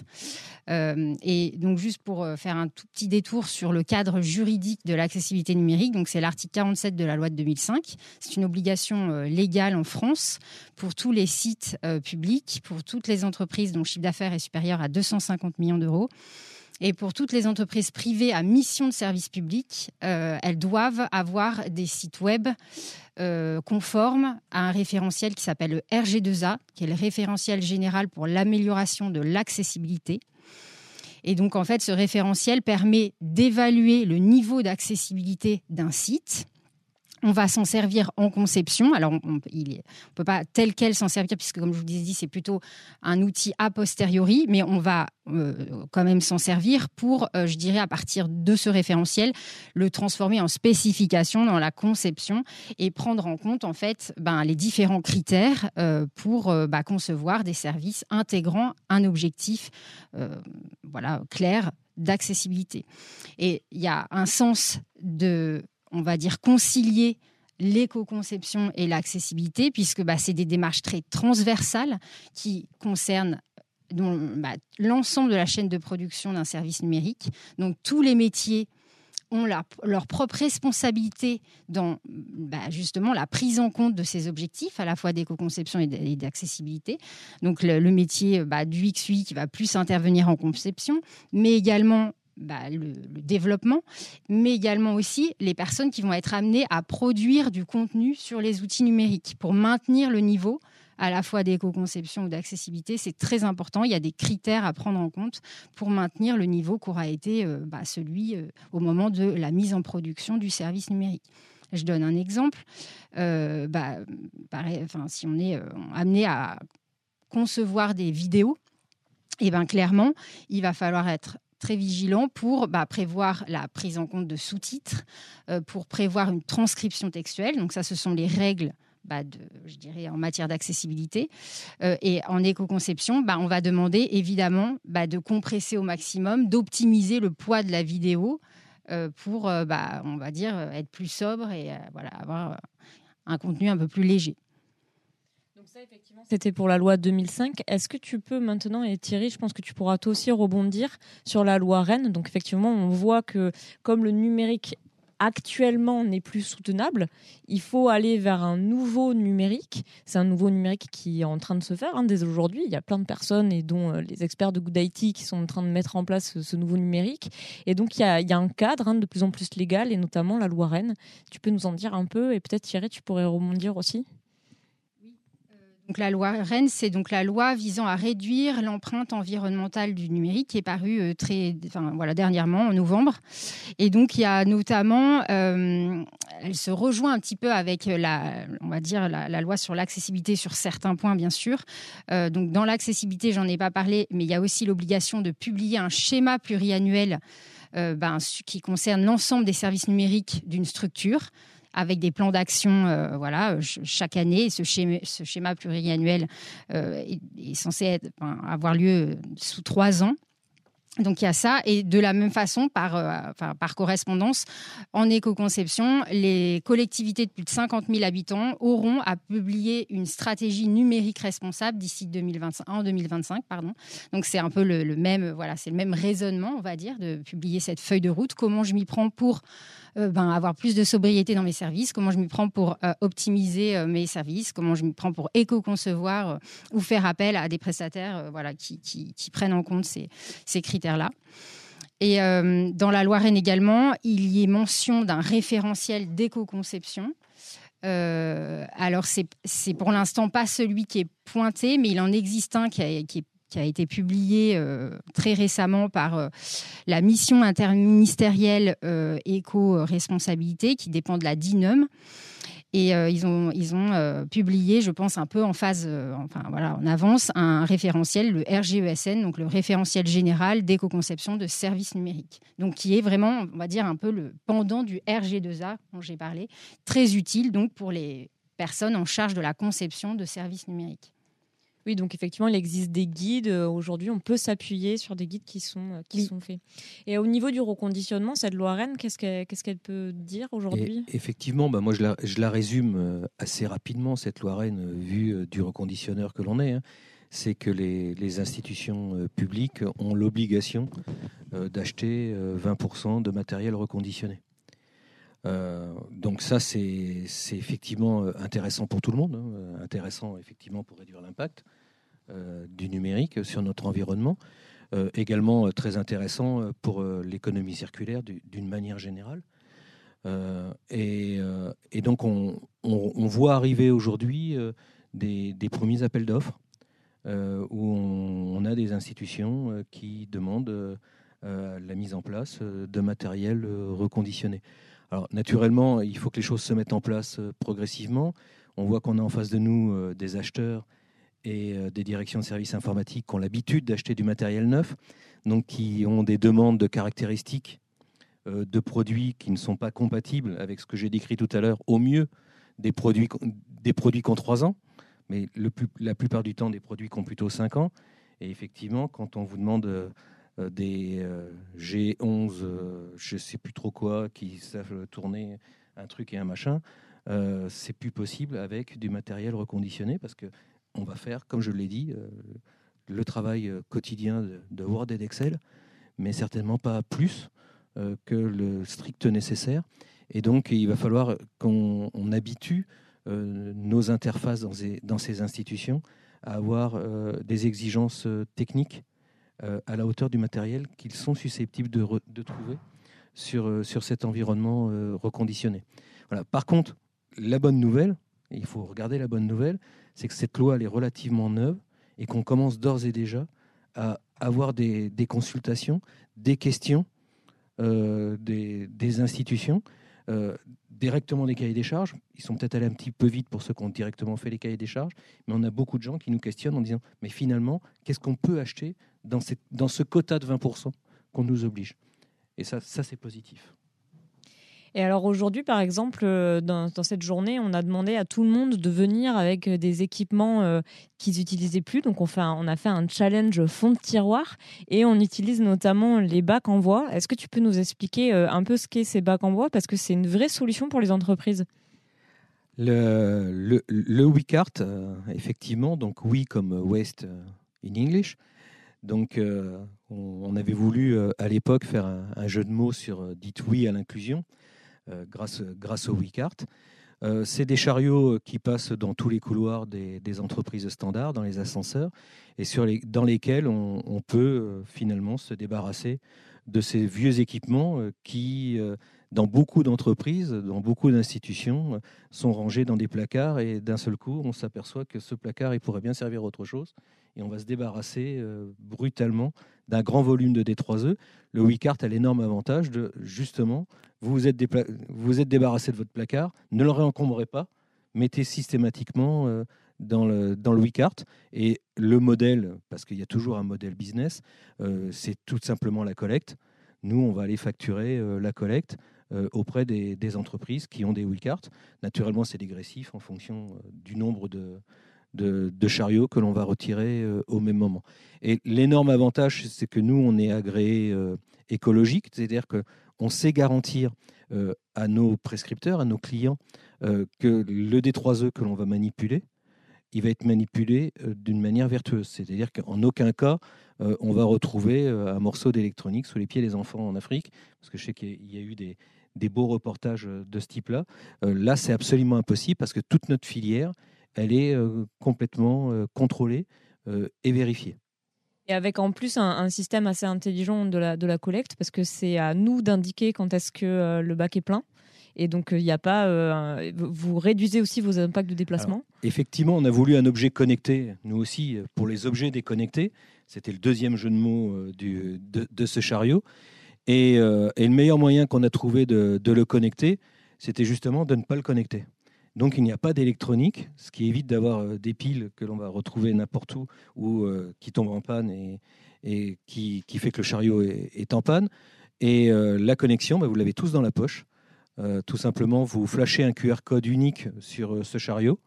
Et donc, juste pour faire un tout petit détour sur le cadre juridique de l'accessibilité numérique, donc c'est l'article 47 de la loi de 2005. C'est une obligation légale en France pour tous les sites publics, pour toutes les entreprises dont le chiffre d'affaires est supérieur à 250 millions d'euros. Et pour toutes les entreprises privées à mission de service public, elles doivent avoir des sites web conformes à un référentiel qui s'appelle le RG2A, qui est le référentiel général pour l'amélioration de l'accessibilité. Et donc, en fait, ce référentiel permet d'évaluer le niveau d'accessibilité d'un site. On va s'en servir en conception. Alors, on ne peut pas tel quel s'en servir, puisque, comme je vous l'ai dit, c'est plutôt un outil a posteriori, mais on va quand même s'en servir pour, je dirais, à partir de ce référentiel, le transformer en spécification dans la conception et prendre en compte, en fait, les différents critères pour concevoir des services intégrant un objectif clair d'accessibilité. Et il y a un sens on va dire, concilier l'éco-conception et l'accessibilité, puisque c'est des démarches très transversales qui concernent l'ensemble de la chaîne de production d'un service numérique. Donc, tous les métiers ont leur propre responsabilité dans justement la prise en compte de ces objectifs, à la fois d'éco-conception et d'accessibilité. Donc, le métier du UX/UI qui va plus intervenir en conception, mais également le développement, mais également aussi les personnes qui vont être amenées à produire du contenu sur les outils numériques pour maintenir le niveau à la fois d'éco-conception ou d'accessibilité. C'est très important. Il y a des critères à prendre en compte pour maintenir le niveau qu'aura été celui au moment de la mise en production du service numérique. Je donne un exemple. Si on est amené à concevoir des vidéos, clairement, il va falloir être très vigilant pour prévoir la prise en compte de sous-titres, pour prévoir une transcription textuelle. Donc ça, ce sont les règles, je dirais, en matière d'accessibilité. Et en éco-conception, on va demander évidemment de compresser au maximum, d'optimiser le poids de la vidéo pour, on va dire, être plus sobre et avoir un contenu un peu plus léger. Ça, effectivement, c'était pour la loi 2005. Est-ce que tu peux maintenant, et Thierry, je pense que tu pourras toi aussi rebondir sur la loi Rennes. Donc effectivement, on voit que comme le numérique actuellement n'est plus soutenable, il faut aller vers un nouveau numérique. C'est un nouveau numérique qui est en train de se faire dès aujourd'hui. Il y a plein de personnes, et dont les experts de Good IT, qui sont en train de mettre en place ce nouveau numérique. Et donc, il y a un cadre de plus en plus légal, et notamment la loi Rennes. Tu peux nous en dire un peu, et peut-être Thierry, tu pourrais rebondir aussi. Donc, la loi Rennes, c'est donc la loi visant à réduire l'empreinte environnementale du numérique, qui est parue dernièrement, en novembre. Et donc, il y a notamment, elle se rejoint un petit peu avec la loi sur l'accessibilité sur certains points, bien sûr. Donc, dans l'accessibilité, j'en ai pas parlé, mais il y a aussi l'obligation de publier un schéma pluriannuel qui concerne l'ensemble des services numériques d'une structure, avec des plans d'action chaque année. Ce schéma pluriannuel est censé avoir lieu sous 3 ans. Donc il y a ça, et de la même façon, par correspondance, en éco-conception, les collectivités de plus de 50 000 habitants auront à publier une stratégie numérique responsable d'ici 2025. Donc c'est un peu le même raisonnement, on va dire, de publier cette feuille de route. Comment je m'y prends pour avoir plus de sobriété dans mes services, comment je m'y prends pour optimiser mes services, comment je m'y prends pour éco-concevoir ou faire appel à des prestataires qui prennent en compte ces critères-là. Et dans la loi Rennes également, il y est mention d'un référentiel d'éco-conception. Alors, c'est pour l'instant pas celui qui est pointé, mais il en existe un qui a été publié très récemment par la mission interministérielle éco-responsabilité, qui dépend de la DINUM. Et ils ont publié, je pense, un peu en phase, en avance, un référentiel, le RGESN, donc le référentiel général d'éco-conception de services numériques. Donc, qui est vraiment, on va dire, un peu le pendant du RG2A dont j'ai parlé, très utile donc pour les personnes en charge de la conception de services numériques. Oui, donc effectivement, il existe des guides. Aujourd'hui, on peut s'appuyer sur des guides qui sont faits. Et au niveau du reconditionnement, cette loi Rennes, qu'est-ce qu'elle peut dire aujourd'hui ? Effectivement, moi je la résume assez rapidement, cette loi Rennes, vue du reconditionneur que l'on est. C'est que les institutions publiques ont l'obligation d'acheter 20% de matériel reconditionné. Donc ça, c'est effectivement intéressant pour tout le monde, intéressant effectivement pour réduire l'impact du numérique sur notre environnement. également très intéressant pour l'économie circulaire d'une manière générale. Et donc, on voit arriver aujourd'hui des premiers appels d'offres où on a des institutions qui demandent la mise en place de matériel reconditionné. Alors, naturellement, il faut que les choses se mettent en place progressivement. On voit qu'on a en face de nous des acheteurs et des directions de services informatiques qui ont l'habitude d'acheter du matériel neuf, donc qui ont des demandes de caractéristiques de produits qui ne sont pas compatibles avec ce que j'ai décrit tout à l'heure, au mieux des produits qui ont 3 ans, mais la plupart du temps des produits qui ont plutôt 5 ans. Et effectivement, quand on vous demande des G11, je ne sais plus trop quoi, qui savent tourner un truc et un machin, c'est plus possible avec du matériel reconditionné, parce qu'on va faire, comme je l'ai dit, le travail quotidien de Word et d'Excel, mais certainement pas plus que le strict nécessaire. Et donc, il va falloir qu'on habitue nos interfaces dans ces institutions à avoir des exigences techniques à la hauteur du matériel qu'ils sont susceptibles de trouver sur cet environnement reconditionné. Voilà. Par contre, la bonne nouvelle, et il faut regarder la bonne nouvelle, c'est que cette loi elle est relativement neuve et qu'on commence d'ores et déjà à avoir des consultations, des questions des institutions, directement des cahiers des charges. Ils sont peut-être allés un petit peu vite pour ceux qui ont directement fait les cahiers des charges, mais on a beaucoup de gens qui nous questionnent en disant « mais finalement, qu'est-ce qu'on peut acheter dans ce quota de 20% qu'on nous oblige ?» Et ça c'est positif. Et alors aujourd'hui, par exemple, dans cette journée, on a demandé à tout le monde de venir avec des équipements qu'ils n'utilisaient plus. Donc on a fait un challenge fond de tiroir et on utilise notamment les bacs en bois. Est-ce que tu peux nous expliquer un peu ce qu'est ces bacs en bois? Parce que c'est une vraie solution pour les entreprises. Le WeCart, effectivement, donc we comme waste in English. Donc on avait voulu à l'époque faire un jeu de mots sur dites oui à l'inclusion. Grâce au WeCart. C'est des chariots qui passent dans tous les couloirs des entreprises standards, dans les ascenseurs, et dans lesquels on peut finalement se débarrasser de ces vieux équipements qui, dans beaucoup d'entreprises, dans beaucoup d'institutions, sont rangés dans des placards, et d'un seul coup, on s'aperçoit que ce placard il pourrait bien servir à autre chose, et on va se débarrasser brutalement d'un grand volume de D3E. Le WeCart a l'énorme avantage de, justement, vous vous êtes débarrassé de votre placard, ne le réencombrez pas, mettez systématiquement dans le WeCart. Et le modèle, parce qu'il y a toujours un modèle business, c'est tout simplement la collecte. Nous, on va aller facturer la collecte auprès des entreprises qui ont des WeCart. Naturellement, c'est dégressif en fonction du nombre de chariots que l'on va retirer au même moment. Et l'énorme avantage, c'est que nous, on est agréé écologique, c'est-à-dire qu'on sait garantir à nos prescripteurs, à nos clients, que le D3E que l'on va manipuler, il va être manipulé d'une manière vertueuse. C'est-à-dire qu'en aucun cas, on va retrouver un morceau d'électronique sous les pieds des enfants en Afrique, parce que je sais qu'il y a eu des beaux reportages de ce type-là. Là, c'est absolument impossible, parce que toute notre filière, elle est complètement contrôlée et vérifiée. Et avec en plus un système assez intelligent de la collecte, parce que c'est à nous d'indiquer quand est-ce que le bac est plein. Et donc, il n'y a pas. Vous réduisez aussi vos impacts de déplacement. Alors, effectivement, on a voulu un objet connecté, nous aussi, pour les objets déconnectés. C'était le deuxième jeu de mots de ce chariot. Et le meilleur moyen qu'on a trouvé de le connecter, c'était justement de ne pas le connecter. Donc, il n'y a pas d'électronique, ce qui évite d'avoir des piles que l'on va retrouver n'importe où ou qui tombent en panne et qui fait que le chariot est en panne. Et la connexion, vous l'avez tous dans la poche. Tout simplement, vous flashez un QR code unique sur ce chariot.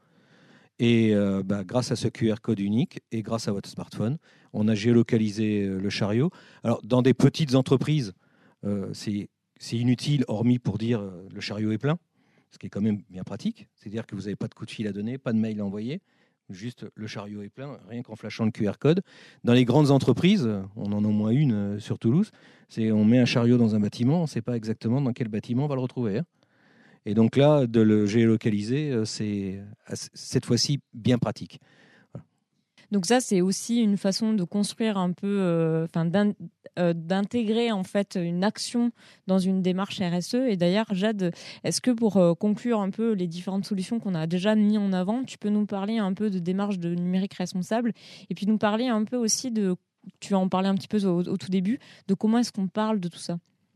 Et grâce à ce QR code unique et grâce à votre smartphone, on a géolocalisé le chariot. Alors, dans des petites entreprises, c'est inutile, hormis pour dire le chariot est plein, ce qui est quand même bien pratique. C'est-à-dire que vous n'avez pas de coup de fil à donner, pas de mail à envoyer. Juste, le chariot est plein, rien qu'en flashant le QR code. Dans les grandes entreprises, on en a au moins une sur Toulouse, on met un chariot dans un bâtiment, on ne sait pas exactement dans quel bâtiment on va le retrouver. Hein. Et donc là, de le géolocaliser, c'est cette fois-ci bien pratique. Voilà. Donc ça, c'est aussi une façon de construire un peu, d'intégrer en fait une action dans une démarche RSE. Et d'ailleurs, Jade, est-ce que pour conclure un peu les différentes solutions qu'on a déjà mis en avant, tu peux nous parler un peu de démarche de numérique responsable et puis nous parler un peu aussi de, tu vas en parler un petit peu au tout début, de comment est-ce qu'on parle de tout ça?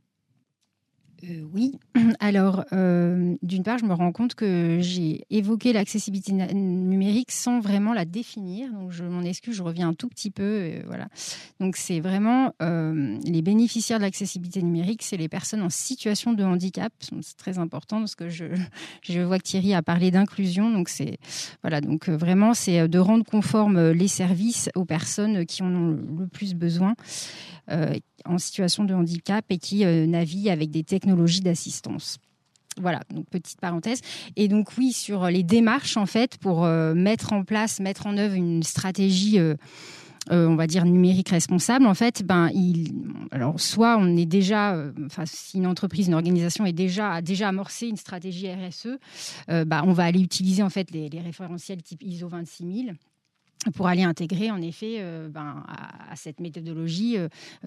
Oui, alors d'une part, je me rends compte que j'ai évoqué l'accessibilité numérique sans vraiment la définir, donc je m'en excuse, je reviens un tout petit peu. Voilà. Donc c'est vraiment les bénéficiaires de l'accessibilité numérique, c'est les personnes en situation de handicap, c'est très important parce que je vois que Thierry a parlé d'inclusion, donc c'est voilà, donc vraiment c'est de rendre conformes les services aux personnes qui en ont le plus besoin. En situation de handicap et qui naviguent avec des technologies d'assistance. Voilà, donc petite parenthèse. Et donc oui, sur les démarches en fait pour mettre en œuvre une stratégie on va dire numérique responsable, en fait, alors soit on est déjà, si une entreprise, une organisation a déjà amorcé une stratégie RSE, on va aller utiliser en fait les référentiels type ISO 26000 pour aller intégrer en effet à cette méthodologie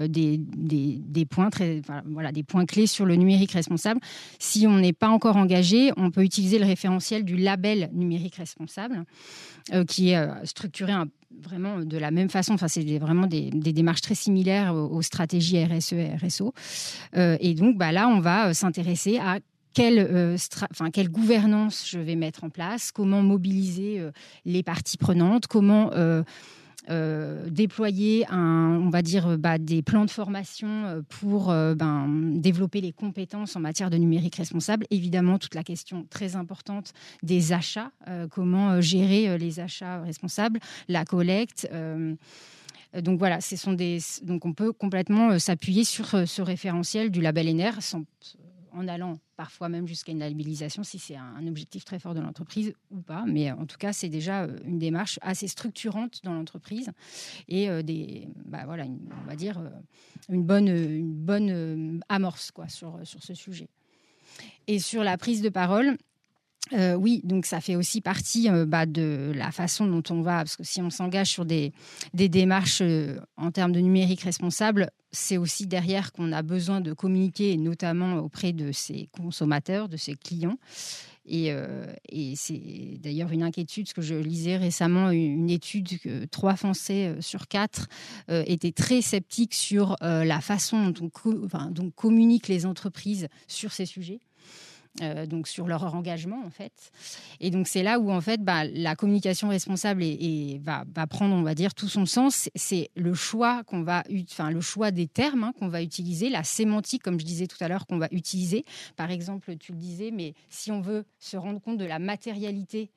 des points des points clés sur le numérique responsable. Si on n'est pas encore engagé, on peut utiliser le référentiel du label numérique responsable qui est structuré vraiment de la même façon. Enfin, c'est vraiment des démarches très similaires aux stratégies RSE et RSO. Et donc là, on va s'intéresser à quelle gouvernance je vais mettre en place, comment mobiliser les parties prenantes, comment déployer des plans de formation pour développer les compétences en matière de numérique responsable. Évidemment, toute la question très importante des achats, comment gérer les achats responsables, la collecte. Donc voilà, donc on peut complètement s'appuyer sur ce référentiel du label ENER en allant parfois même jusqu'à une labellisation si c'est un objectif très fort de l'entreprise ou pas. Mais en tout cas, c'est déjà une démarche assez structurante dans l'entreprise et on va dire une bonne amorce sur ce sujet. Et sur la prise de parole, oui, donc ça fait aussi partie de la façon dont on va, parce que si on s'engage sur des démarches en termes de numérique responsable, c'est aussi derrière qu'on a besoin de communiquer, notamment auprès de ses consommateurs, de ses clients. Et c'est d'ailleurs une inquiétude, parce que je lisais récemment une étude que 3 Français sur 4 étaient très sceptiques sur la façon dont communiquent les entreprises sur ces sujets. Donc sur leur engagement en fait, et donc c'est là où en fait la communication responsable va prendre, on va dire, tout son sens. C'est le choix le choix des termes qu'on va utiliser, la sémantique, comme je disais tout à l'heure, qu'on va utiliser. Par exemple, tu le disais, mais si on veut se rendre compte de la matérialité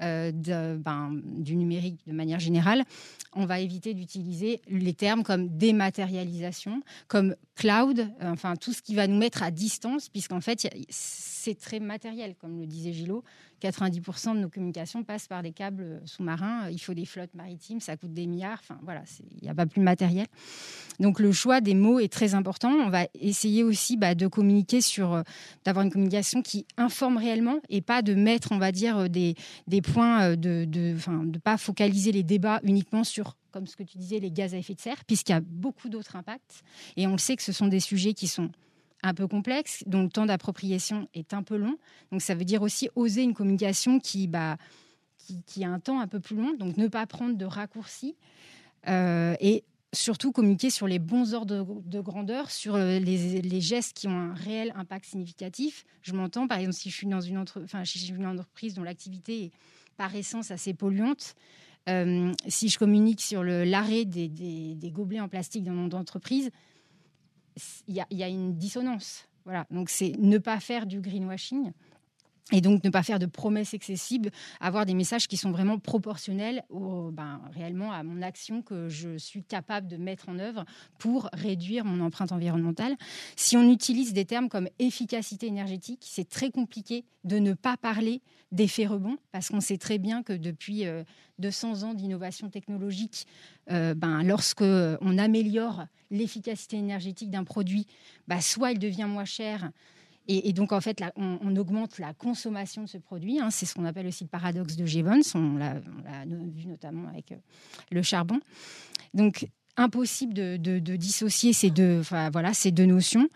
du numérique de manière générale, on va éviter d'utiliser les termes comme dématérialisation, comme cloud, tout ce qui va nous mettre à distance, puisqu'en fait, c'est très matériel, comme le disait Gilot. 90% de nos communications passent par des câbles sous-marins. Il faut des flottes maritimes, ça coûte des milliards. Il n'y a pas plus matériel. Donc le choix des mots est très important. On va essayer aussi de communiquer d'avoir une communication qui informe réellement et pas de mettre, on va dire, des points de pas focaliser les débats uniquement sur, comme ce que tu disais, les gaz à effet de serre, puisqu'il y a beaucoup d'autres impacts. Et on le sait que ce sont des sujets qui sont un peu complexe, dont le temps d'appropriation est un peu long. Donc ça veut dire aussi oser une communication qui a un temps un peu plus long, donc ne pas prendre de raccourcis et surtout communiquer sur les bons ordres de grandeur, sur les gestes qui ont un réel impact significatif. Je m'entends, par exemple, si je suis dans une entreprise dont l'activité est par essence assez polluante, si je communique sur l'arrêt des gobelets en plastique dans mon entreprise, il y a une dissonance. Voilà. Donc, c'est ne pas faire du greenwashing et donc ne pas faire de promesses excessives, avoir des messages qui sont vraiment proportionnels réellement à mon action que je suis capable de mettre en œuvre pour réduire mon empreinte environnementale. Si on utilise des termes comme efficacité énergétique, c'est très compliqué de ne pas parler d'effet rebond, parce qu'on sait très bien que depuis 200 ans d'innovation technologique, lorsque on améliore l'efficacité énergétique d'un produit, soit il devient moins cher, Et donc, en fait, là, on augmente la consommation de ce produit. C'est ce qu'on appelle aussi le paradoxe de Jevons. On l'a vu notamment avec le charbon. Donc, impossible de dissocier ces deux notions.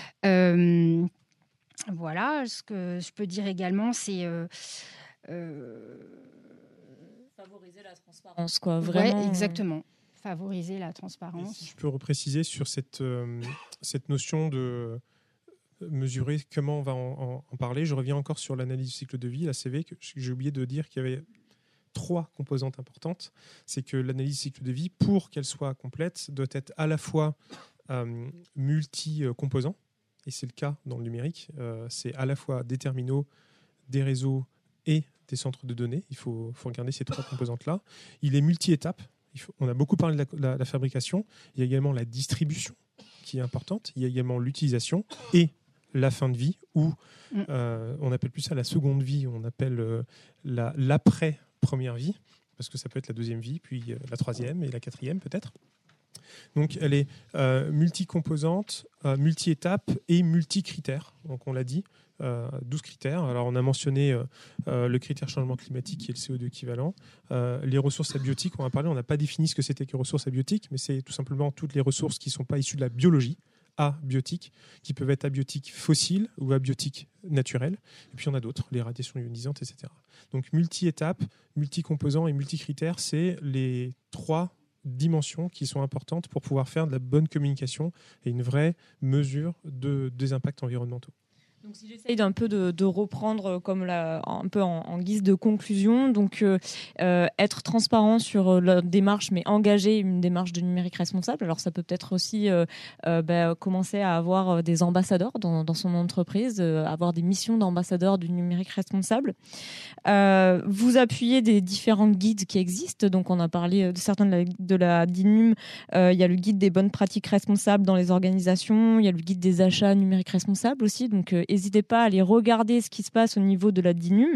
Voilà, ce que je peux dire également, c'est... favoriser la transparence, quoi. Vraiment. Ouais, exactement. Favoriser la transparence. Si je peux repréciser sur cette notion de mesurer comment on va en parler, je reviens encore sur l'analyse du cycle de vie, la CV, que j'ai oublié de dire qu'il y avait 3 composantes importantes. C'est que l'analyse du cycle de vie, pour qu'elle soit complète, doit être à la fois multi-composant, et c'est le cas dans le numérique. C'est à la fois des terminaux, des réseaux et des centres de données. Il faut regarder ces 3 composantes-là. Il est multi-étapes. On a beaucoup parlé de la fabrication. Il y a également la distribution qui est importante. Il y a également l'utilisation et la fin de vie, où on appelle plus ça la seconde vie, on appelle l'après-première vie, parce que ça peut être la 2e vie, puis la 3e et la 4e peut-être. Donc elle est multi-composante, multi-étape et multi-critères. Donc on l'a dit, 12 critères. Alors on a mentionné le critère changement climatique qui est le CO2 équivalent. Les ressources abiotiques, on a parlé, on n'a pas défini ce que c'était que ressources abiotiques, mais c'est tout simplement toutes les ressources qui ne sont pas issues de la biologie, abiotiques, qui peuvent être abiotiques fossiles ou abiotiques naturels. Et puis il y en a d'autres, les radiations ionisantes, etc. Donc multi-étapes, multi-composants et multi-critères, c'est les 3 dimensions qui sont importantes pour pouvoir faire de la bonne communication et une vraie mesure des impacts environnementaux. Donc, si j'essaye d'un peu de reprendre comme un peu en guise de conclusion, donc être transparent sur la démarche, mais engager une démarche de numérique responsable. Alors, ça peut peut-être aussi commencer à avoir des ambassadeurs dans son entreprise, avoir des missions d'ambassadeurs du numérique responsable. Vous appuyez des différents guides qui existent. Donc, on a parlé de certains de la DINUM. Il y a le guide des bonnes pratiques responsables dans les organisations. Il y a le guide des achats numériques responsables aussi. Donc, n'hésitez pas à aller regarder ce qui se passe au niveau de la DINUM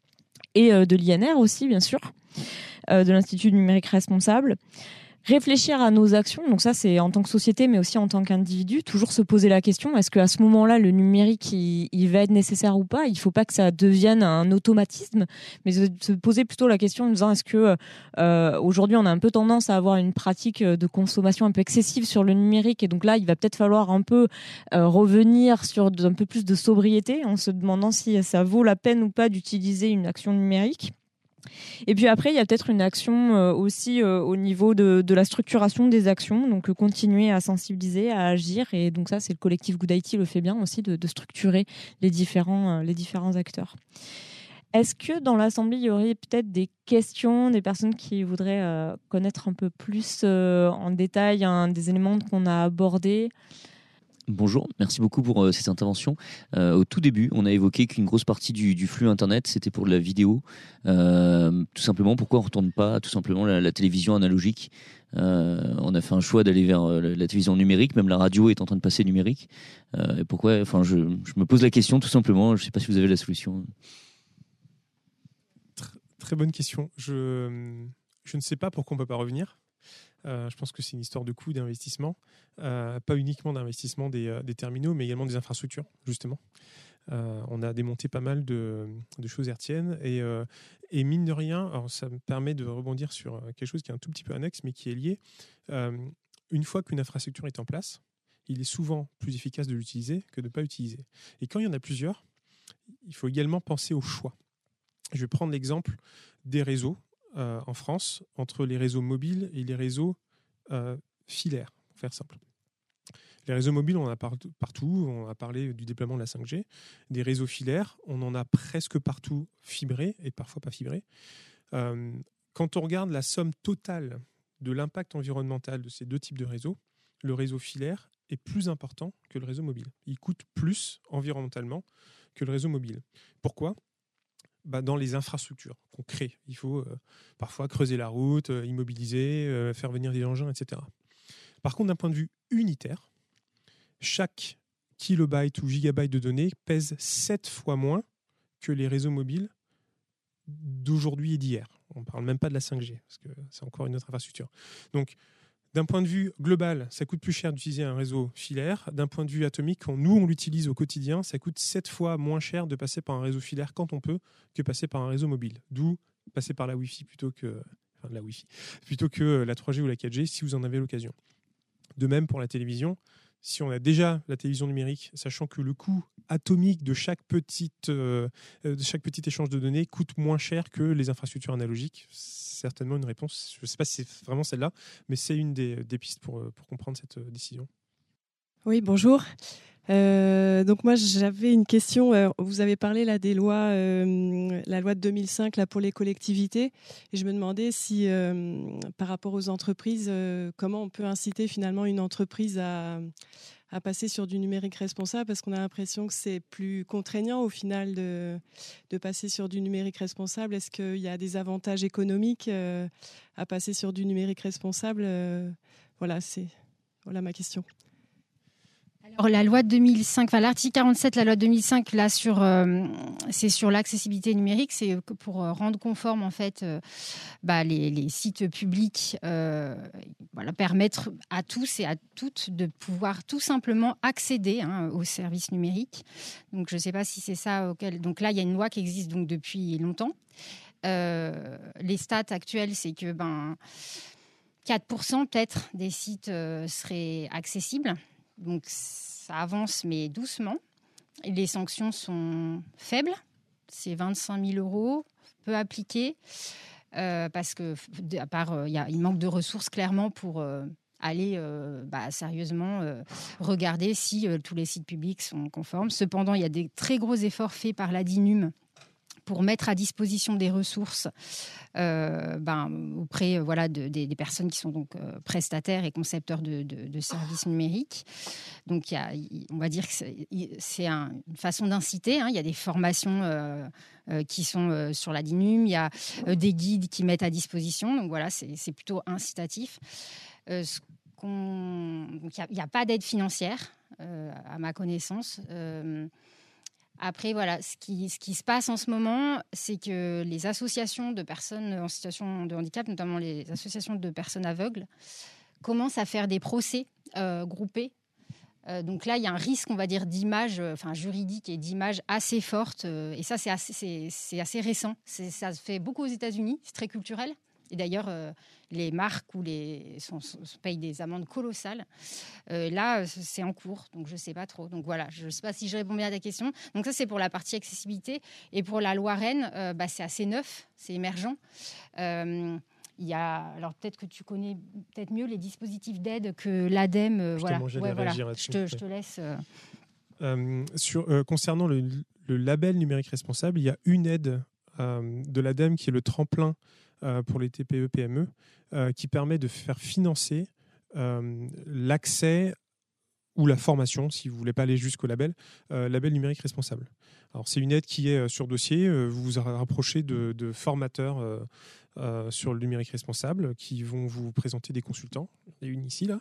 et de l'INR aussi, bien sûr, de l'Institut numérique responsable. Réfléchir à nos actions, donc ça c'est en tant que société mais aussi en tant qu'individu, toujours se poser la question, est-ce qu'à ce moment-là le numérique il va être nécessaire ou pas? Il ne faut pas que ça devienne un automatisme, mais se poser plutôt la question en disant est-ce que aujourd'hui on a un peu tendance à avoir une pratique de consommation un peu excessive sur le numérique, et donc là il va peut-être falloir un peu revenir sur un peu plus de sobriété en se demandant si ça vaut la peine ou pas d'utiliser une action numérique. Et puis après, il y a peut-être une action aussi au niveau de la structuration des actions, donc continuer à sensibiliser, à agir. Et donc ça, c'est le collectif Good IT le fait bien aussi, de structurer les différents acteurs. Est-ce que dans l'Assemblée, il y aurait peut-être des questions, des personnes qui voudraient connaître un peu plus en détail des éléments qu'on a abordés? Bonjour, merci beaucoup pour cette intervention. Au tout début, on a évoqué qu'une grosse partie du flux Internet, c'était pour de la vidéo. Tout simplement, pourquoi on ne retourne pas tout simplement la télévision analogique? On a fait un choix d'aller vers la télévision numérique, même la radio est en train de passer numérique. Et pourquoi? Enfin, je me pose la question tout simplement, je ne sais pas si vous avez la solution. Très bonne question. Je ne sais pas pourquoi on ne peut pas revenir. Je pense que c'est une histoire de coût d'investissement, pas uniquement d'investissement des terminaux, mais également des infrastructures, justement. On a démonté pas mal de choses hertziennes et mine de rien, alors ça me permet de rebondir sur quelque chose qui est un tout petit peu annexe, mais qui est lié. Une fois qu'une infrastructure est en place, il est souvent plus efficace de l'utiliser que de ne pas l'utiliser. Et quand il y en a plusieurs, il faut également penser au choix. Je vais prendre l'exemple des réseaux en France, entre les réseaux mobiles et les réseaux filaires, pour faire simple. Les réseaux mobiles, on en a partout. On a parlé du déploiement de la 5G. Des réseaux filaires, on en a presque partout fibrés et parfois pas fibrés. Quand on regarde la somme totale de l'impact environnemental de ces deux types de réseaux, le réseau filaire est plus important que le réseau mobile. Il coûte plus environnementalement que le réseau mobile. Pourquoi ? Dans les infrastructures qu'on crée. Il faut parfois creuser la route, immobiliser, faire venir des engins, etc. Par contre, d'un point de vue unitaire, chaque kilobyte ou gigabyte de données pèse 7 fois moins que les réseaux mobiles d'aujourd'hui et d'hier. On ne parle même pas de la 5G, parce que c'est encore une autre infrastructure. Donc, D'un point de vue global, ça coûte plus cher d'utiliser un réseau filaire. D'un point de vue atomique, quand nous, on l'utilise au quotidien, ça coûte 7 fois moins cher de passer par un réseau filaire quand on peut que passer par un réseau mobile. D'où passer par la Wi-Fi plutôt que la 3G ou la 4G si vous en avez l'occasion. De même pour la télévision. Si on a déjà la télévision numérique, sachant que le coût atomique de chaque petit échange de données coûte moins cher que les infrastructures analogiques, certainement une réponse. Je ne sais pas si c'est vraiment celle-là, mais c'est une des pistes pour comprendre cette décision. Oui, bonjour. Donc moi j'avais une question. Vous avez parlé là des lois, la loi de 2005 là pour les collectivités, et je me demandais si par rapport aux entreprises, comment on peut inciter finalement une entreprise à passer sur du numérique responsable, parce qu'on a l'impression que c'est plus contraignant au final de passer sur du numérique responsable. Est-ce qu'il y a des avantages économiques à passer sur du numérique responsable? Voilà ma question. Alors, la loi de 2005, l'article 47 de la loi de 2005, là, c'est sur l'accessibilité numérique, c'est pour rendre conforme en fait les sites publics, permettre à tous et à toutes de pouvoir tout simplement accéder aux services numériques. Donc je ne sais pas si c'est ça auquel. Donc là, il y a une loi qui existe donc depuis longtemps. Les stats actuelles, c'est que 4% peut-être des sites seraient accessibles. Donc, ça avance, mais doucement. Et les sanctions sont faibles. C'est 25 000 € peu appliqués. Parce que, à part, il manque de ressources clairement pour aller sérieusement regarder si tous les sites publics sont conformes. Cependant, il y a des très gros efforts faits par la DINUM pour mettre à disposition des ressources auprès des personnes qui sont donc prestataires et concepteurs de services numériques. Donc, on va dire que c'est une façon d'inciter. Il y a des formations qui sont sur la DINUM, il y a des guides qui mettent à disposition. Donc voilà, c'est plutôt incitatif. Donc, il n'y a pas d'aide financière, à ma connaissance. Après, voilà, ce qui se passe en ce moment, c'est que les associations de personnes en situation de handicap, notamment les associations de personnes aveugles, commencent à faire des procès groupés. Donc là, il y a un risque, on va dire, d'image, juridique et d'image assez forte. Et ça, c'est assez récent. Ça se fait beaucoup aux États-Unis. C'est très culturel. Et d'ailleurs, les marques payent des amendes colossales. Là, c'est en cours, donc je ne sais pas trop. Donc voilà, je ne sais pas si je réponds bien à ta question. Donc ça, c'est pour la partie accessibilité. Et pour la loi Rennes, c'est assez neuf, c'est émergent. Il y a, alors peut-être que tu connais peut-être mieux les dispositifs d'aide que l'ADEME. Je te laisse. Concernant le label numérique responsable, il y a une aide de l'ADEME qui est le tremplin pour les TPE-PME, qui permet de faire financer l'accès ou la formation, si vous ne voulez pas aller jusqu'au label numérique responsable. Alors, c'est une aide qui est sur dossier. Vous vous rapprochez de formateurs sur le numérique responsable qui vont vous présenter des consultants. Il y en a une ici, là.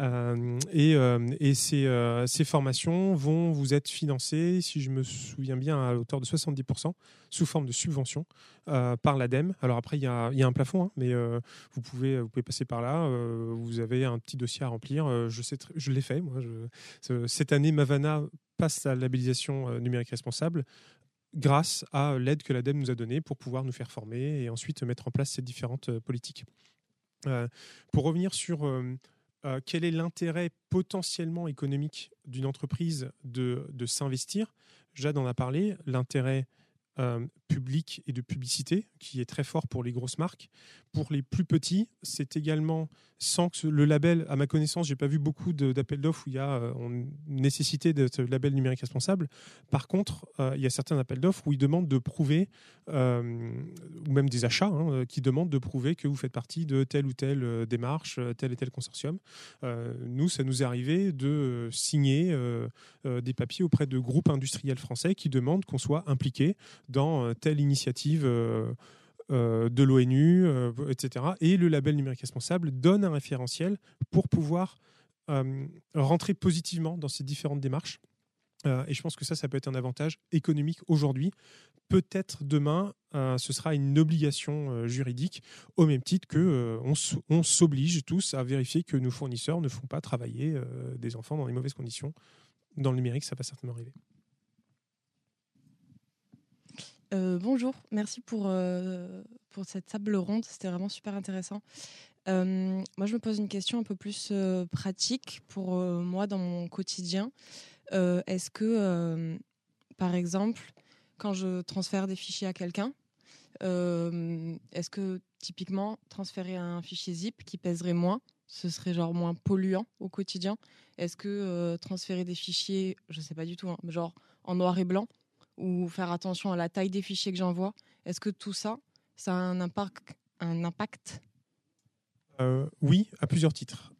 Et ces formations vont vous être financées, si je me souviens bien, à hauteur de 70%, sous forme de subvention par l'ADEME. Alors après, il y a un plafond, mais vous pouvez passer par là. Vous avez un petit dossier à remplir. Je l'ai fait, moi. Cette année, Mavana passe la labellisation numérique responsable grâce à l'aide que l'ADEME nous a donnée pour pouvoir nous faire former et ensuite mettre en place ces différentes politiques. Pour revenir sur quel est l'intérêt potentiellement économique d'une entreprise de s'investir, Jade en a parlé, l'intérêt public et de publicité qui est très fort pour les grosses marques. Pour les plus petits, c'est également, sans que le label, à ma connaissance, j'ai pas vu beaucoup d'appels d'offres où il y a nécessité de ce label numérique responsable. Par contre, il y a certains appels d'offres où ils demandent de prouver, ou même des achats, qui demandent de prouver que vous faites partie de telle ou telle démarche, tel et tel consortium. Nous, ça nous est arrivé de signer des papiers auprès de groupes industriels français qui demandent qu'on soit impliqué dans telle initiative de l'ONU, etc. Et le label numérique responsable donne un référentiel pour pouvoir rentrer positivement dans ces différentes démarches Et je pense que ça peut être un avantage économique aujourd'hui. Peut-être demain, ce sera une obligation juridique, au même titre que on s'oblige tous à vérifier que nos fournisseurs ne font pas travailler des enfants dans les mauvaises conditions. Dans le numérique, ça va certainement arriver. Bonjour, merci pour cette table ronde, c'était vraiment super intéressant. Moi, je me pose une question un peu plus pratique pour moi dans mon quotidien. Est-ce que, par exemple, quand je transfère des fichiers à quelqu'un, est-ce que typiquement transférer un fichier zip qui pèserait moins, ce serait genre moins polluant au quotidien? Est-ce que transférer des fichiers, je sais pas du tout, hein, genre en noir et blanc, ou faire attention à la taille des fichiers que j'envoie, est-ce que tout ça, ça a un impact? Oui, à plusieurs titres.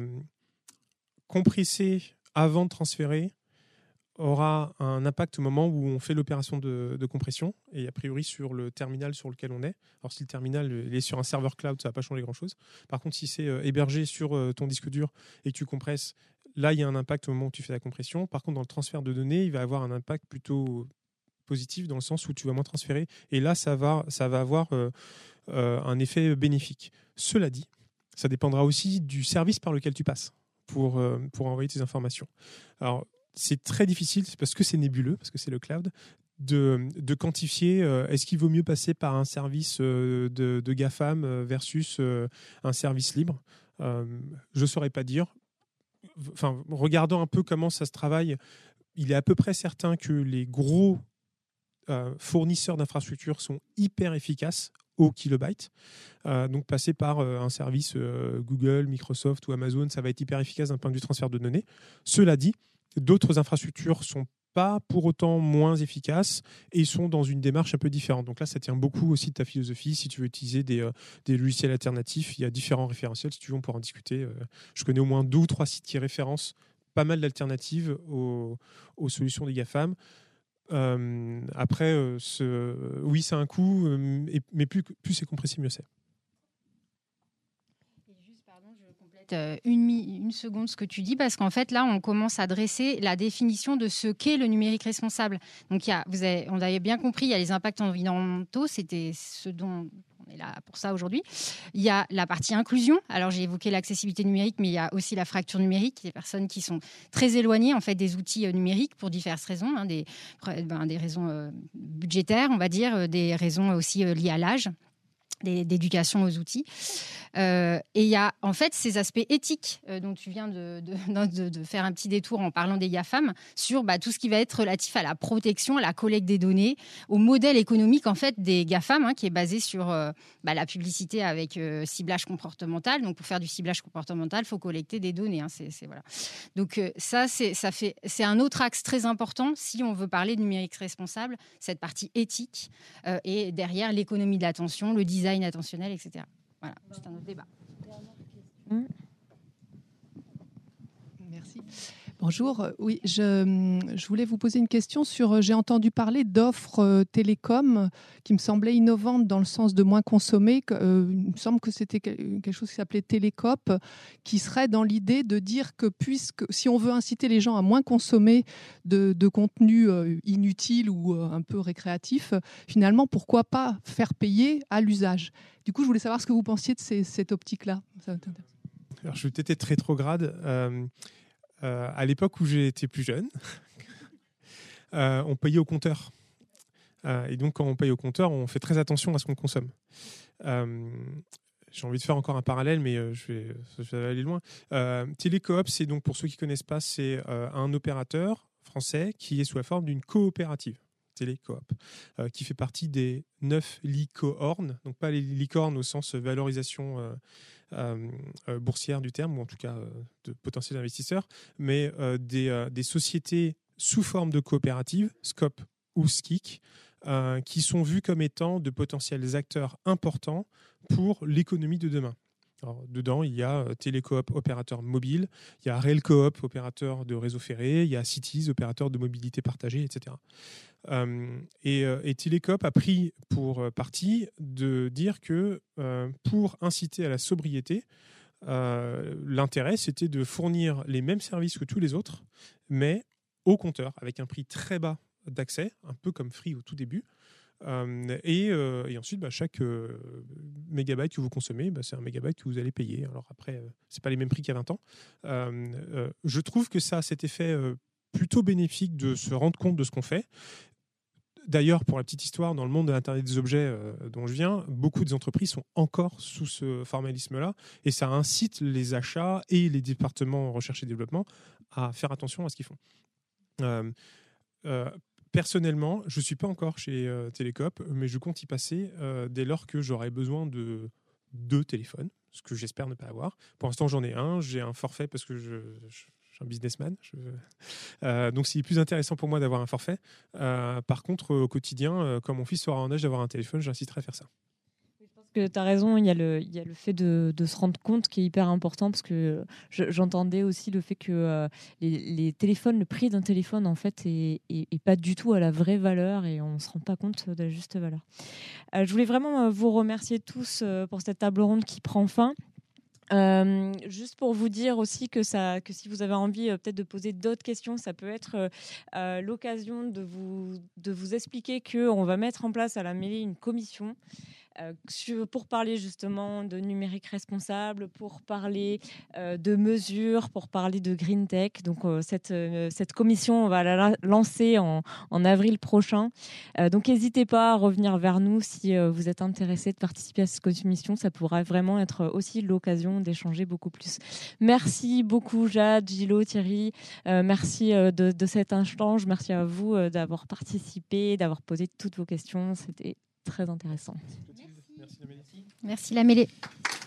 Compresser avant de transférer aura un impact au moment où on fait l'opération de compression et a priori sur le terminal sur lequel on est. Alors si le terminal est sur un serveur cloud, ça ne va pas changer grand-chose. Par contre, si c'est hébergé sur ton disque dur et que tu compresses, là, il y a un impact au moment où tu fais la compression. Par contre, dans le transfert de données, il va avoir un impact plutôt positif dans le sens où tu vas moins transférer. Et là, ça va avoir un effet bénéfique. Cela dit, ça dépendra aussi du service par lequel tu passes pour envoyer tes informations. Alors, c'est très difficile, c'est parce que c'est nébuleux, parce que c'est le cloud, de quantifier est-ce qu'il vaut mieux passer par un service de GAFAM versus un service libre. Je ne saurais pas dire. Enfin, regardant un peu comment ça se travaille, il est à peu près certain que les gros fournisseurs d'infrastructures sont hyper efficaces au kilobyte. Donc passer par un service Google, Microsoft ou Amazon, ça va être hyper efficace d'un point de vue transfert de données. Cela dit, d'autres infrastructures sont pas pour autant moins efficaces et sont dans une démarche un peu différente. Donc là, ça tient beaucoup aussi de ta philosophie. Si tu veux utiliser des logiciels alternatifs, il y a différents référentiels. Si tu veux, on pourra en discuter. Je connais au moins 2 ou 3 sites qui référencent pas mal d'alternatives aux solutions des GAFAM. Après, oui, c'est un coût, mais plus c'est compressé, mieux c'est. Une seconde ce que tu dis, parce qu'en fait là on commence à dresser la définition de ce qu'est le numérique responsable. Donc on avait bien compris, il y a les impacts environnementaux, c'était ce dont on est là pour ça aujourd'hui. Il y a la partie inclusion, alors j'ai évoqué l'accessibilité numérique, mais il y a aussi la fracture numérique, des personnes qui sont très éloignées en fait des outils numériques pour diverses raisons, hein, des raisons budgétaires on va dire, des raisons aussi liées à l'âge, d'éducation aux outils. Et il y a en fait ces aspects éthiques dont tu viens de faire un petit détour en parlant des GAFAM sur tout ce qui va être relatif à la protection, à la collecte des données, au modèle économique en fait des GAFAM, hein, qui est basé sur la publicité avec ciblage comportemental. Donc pour faire du ciblage comportemental, il faut collecter des données. Hein, voilà. Donc c'est un autre axe très important si on veut parler de numérique responsable, cette partie éthique et derrière l'économie de l'attention, le design attentionnel, etc. Voilà, c'est un autre débat. Merci. Bonjour. Oui, je voulais vous poser une question sur. J'ai entendu parler d'offres télécom qui me semblaient innovantes dans le sens de moins consommer. Il me semble que c'était quelque chose qui s'appelait Télécoop, qui serait dans l'idée de dire que si on veut inciter les gens à moins consommer de contenu inutile ou un peu récréatif, finalement, pourquoi pas faire payer à l'usage? Du coup, je voulais savoir ce que vous pensiez de cette optique-là. Alors, je vais peut-être être rétrograde. À l'époque où j'étais plus jeune, on payait au compteur. Et donc, quand on paye au compteur, on fait très attention à ce qu'on consomme. J'ai envie de faire encore un parallèle, mais je vais aller loin. Télécoop, c'est donc, pour ceux qui ne connaissent pas, c'est un opérateur français qui est sous la forme d'une coopérative. Télécoop, qui fait partie des 9 licornes, donc pas les licornes au sens valorisation boursière du terme, ou en tout cas de potentiels investisseurs, mais des sociétés sous forme de coopérative, SCOP ou SKIC, qui sont vues comme étant de potentiels acteurs importants pour l'économie de demain. Alors, dedans, il y a Télécoop, opérateur mobile, il y a Railcoop, opérateur de réseau ferré, il y a Cities, opérateur de mobilité partagée, etc. Et Télécoop a pris pour parti de dire que pour inciter à la sobriété, l'intérêt, c'était de fournir les mêmes services que tous les autres, mais au compteur avec un prix très bas d'accès, un peu comme Free au tout début. Et ensuite, chaque mégabyte que vous consommez, c'est un mégabyte que vous allez payer. Alors après, c'est pas les mêmes prix qu'il y a 20 ans. Je trouve que ça a cet effet plutôt bénéfique de se rendre compte de ce qu'on fait. D'ailleurs, pour la petite histoire, dans le monde de l'Internet des objets dont je viens, beaucoup des entreprises sont encore sous ce formalisme-là, et ça incite les achats et les départements recherche et développement à faire attention à ce qu'ils font. Personnellement, je ne suis pas encore chez Télécope, mais je compte y passer dès lors que j'aurai besoin de 2 téléphones, ce que j'espère ne pas avoir. Pour l'instant, j'en ai un. J'ai un forfait parce que je suis un businessman. Donc, c'est plus intéressant pour moi d'avoir un forfait. Par contre, au quotidien, quand mon fils sera en âge d'avoir un téléphone, j'inciterai à faire ça. Que tu as raison, il y a le fait de se rendre compte qui est hyper important, parce que j'entendais aussi le fait que les téléphones, le prix d'un téléphone en fait est pas du tout à la vraie valeur, et on ne se rend pas compte de la juste valeur. Je voulais vraiment vous remercier tous pour cette table ronde qui prend fin. Juste pour vous dire aussi que si vous avez envie peut-être de poser d'autres questions, ça peut être l'occasion de vous expliquer qu'on va mettre en place à la mêlée une commission pour parler justement de numérique responsable, pour parler de mesures, pour parler de green tech. Donc cette commission, on va la lancer en avril prochain. Donc n'hésitez pas à revenir vers nous si vous êtes intéressé de participer à cette commission. Ça pourrait vraiment être aussi l'occasion d'échanger beaucoup plus. Merci beaucoup Jade, Gillo, Thierry. Merci de cet échange. Merci à vous d'avoir participé, d'avoir posé toutes vos questions. C'était très intéressant. Merci la mêlée.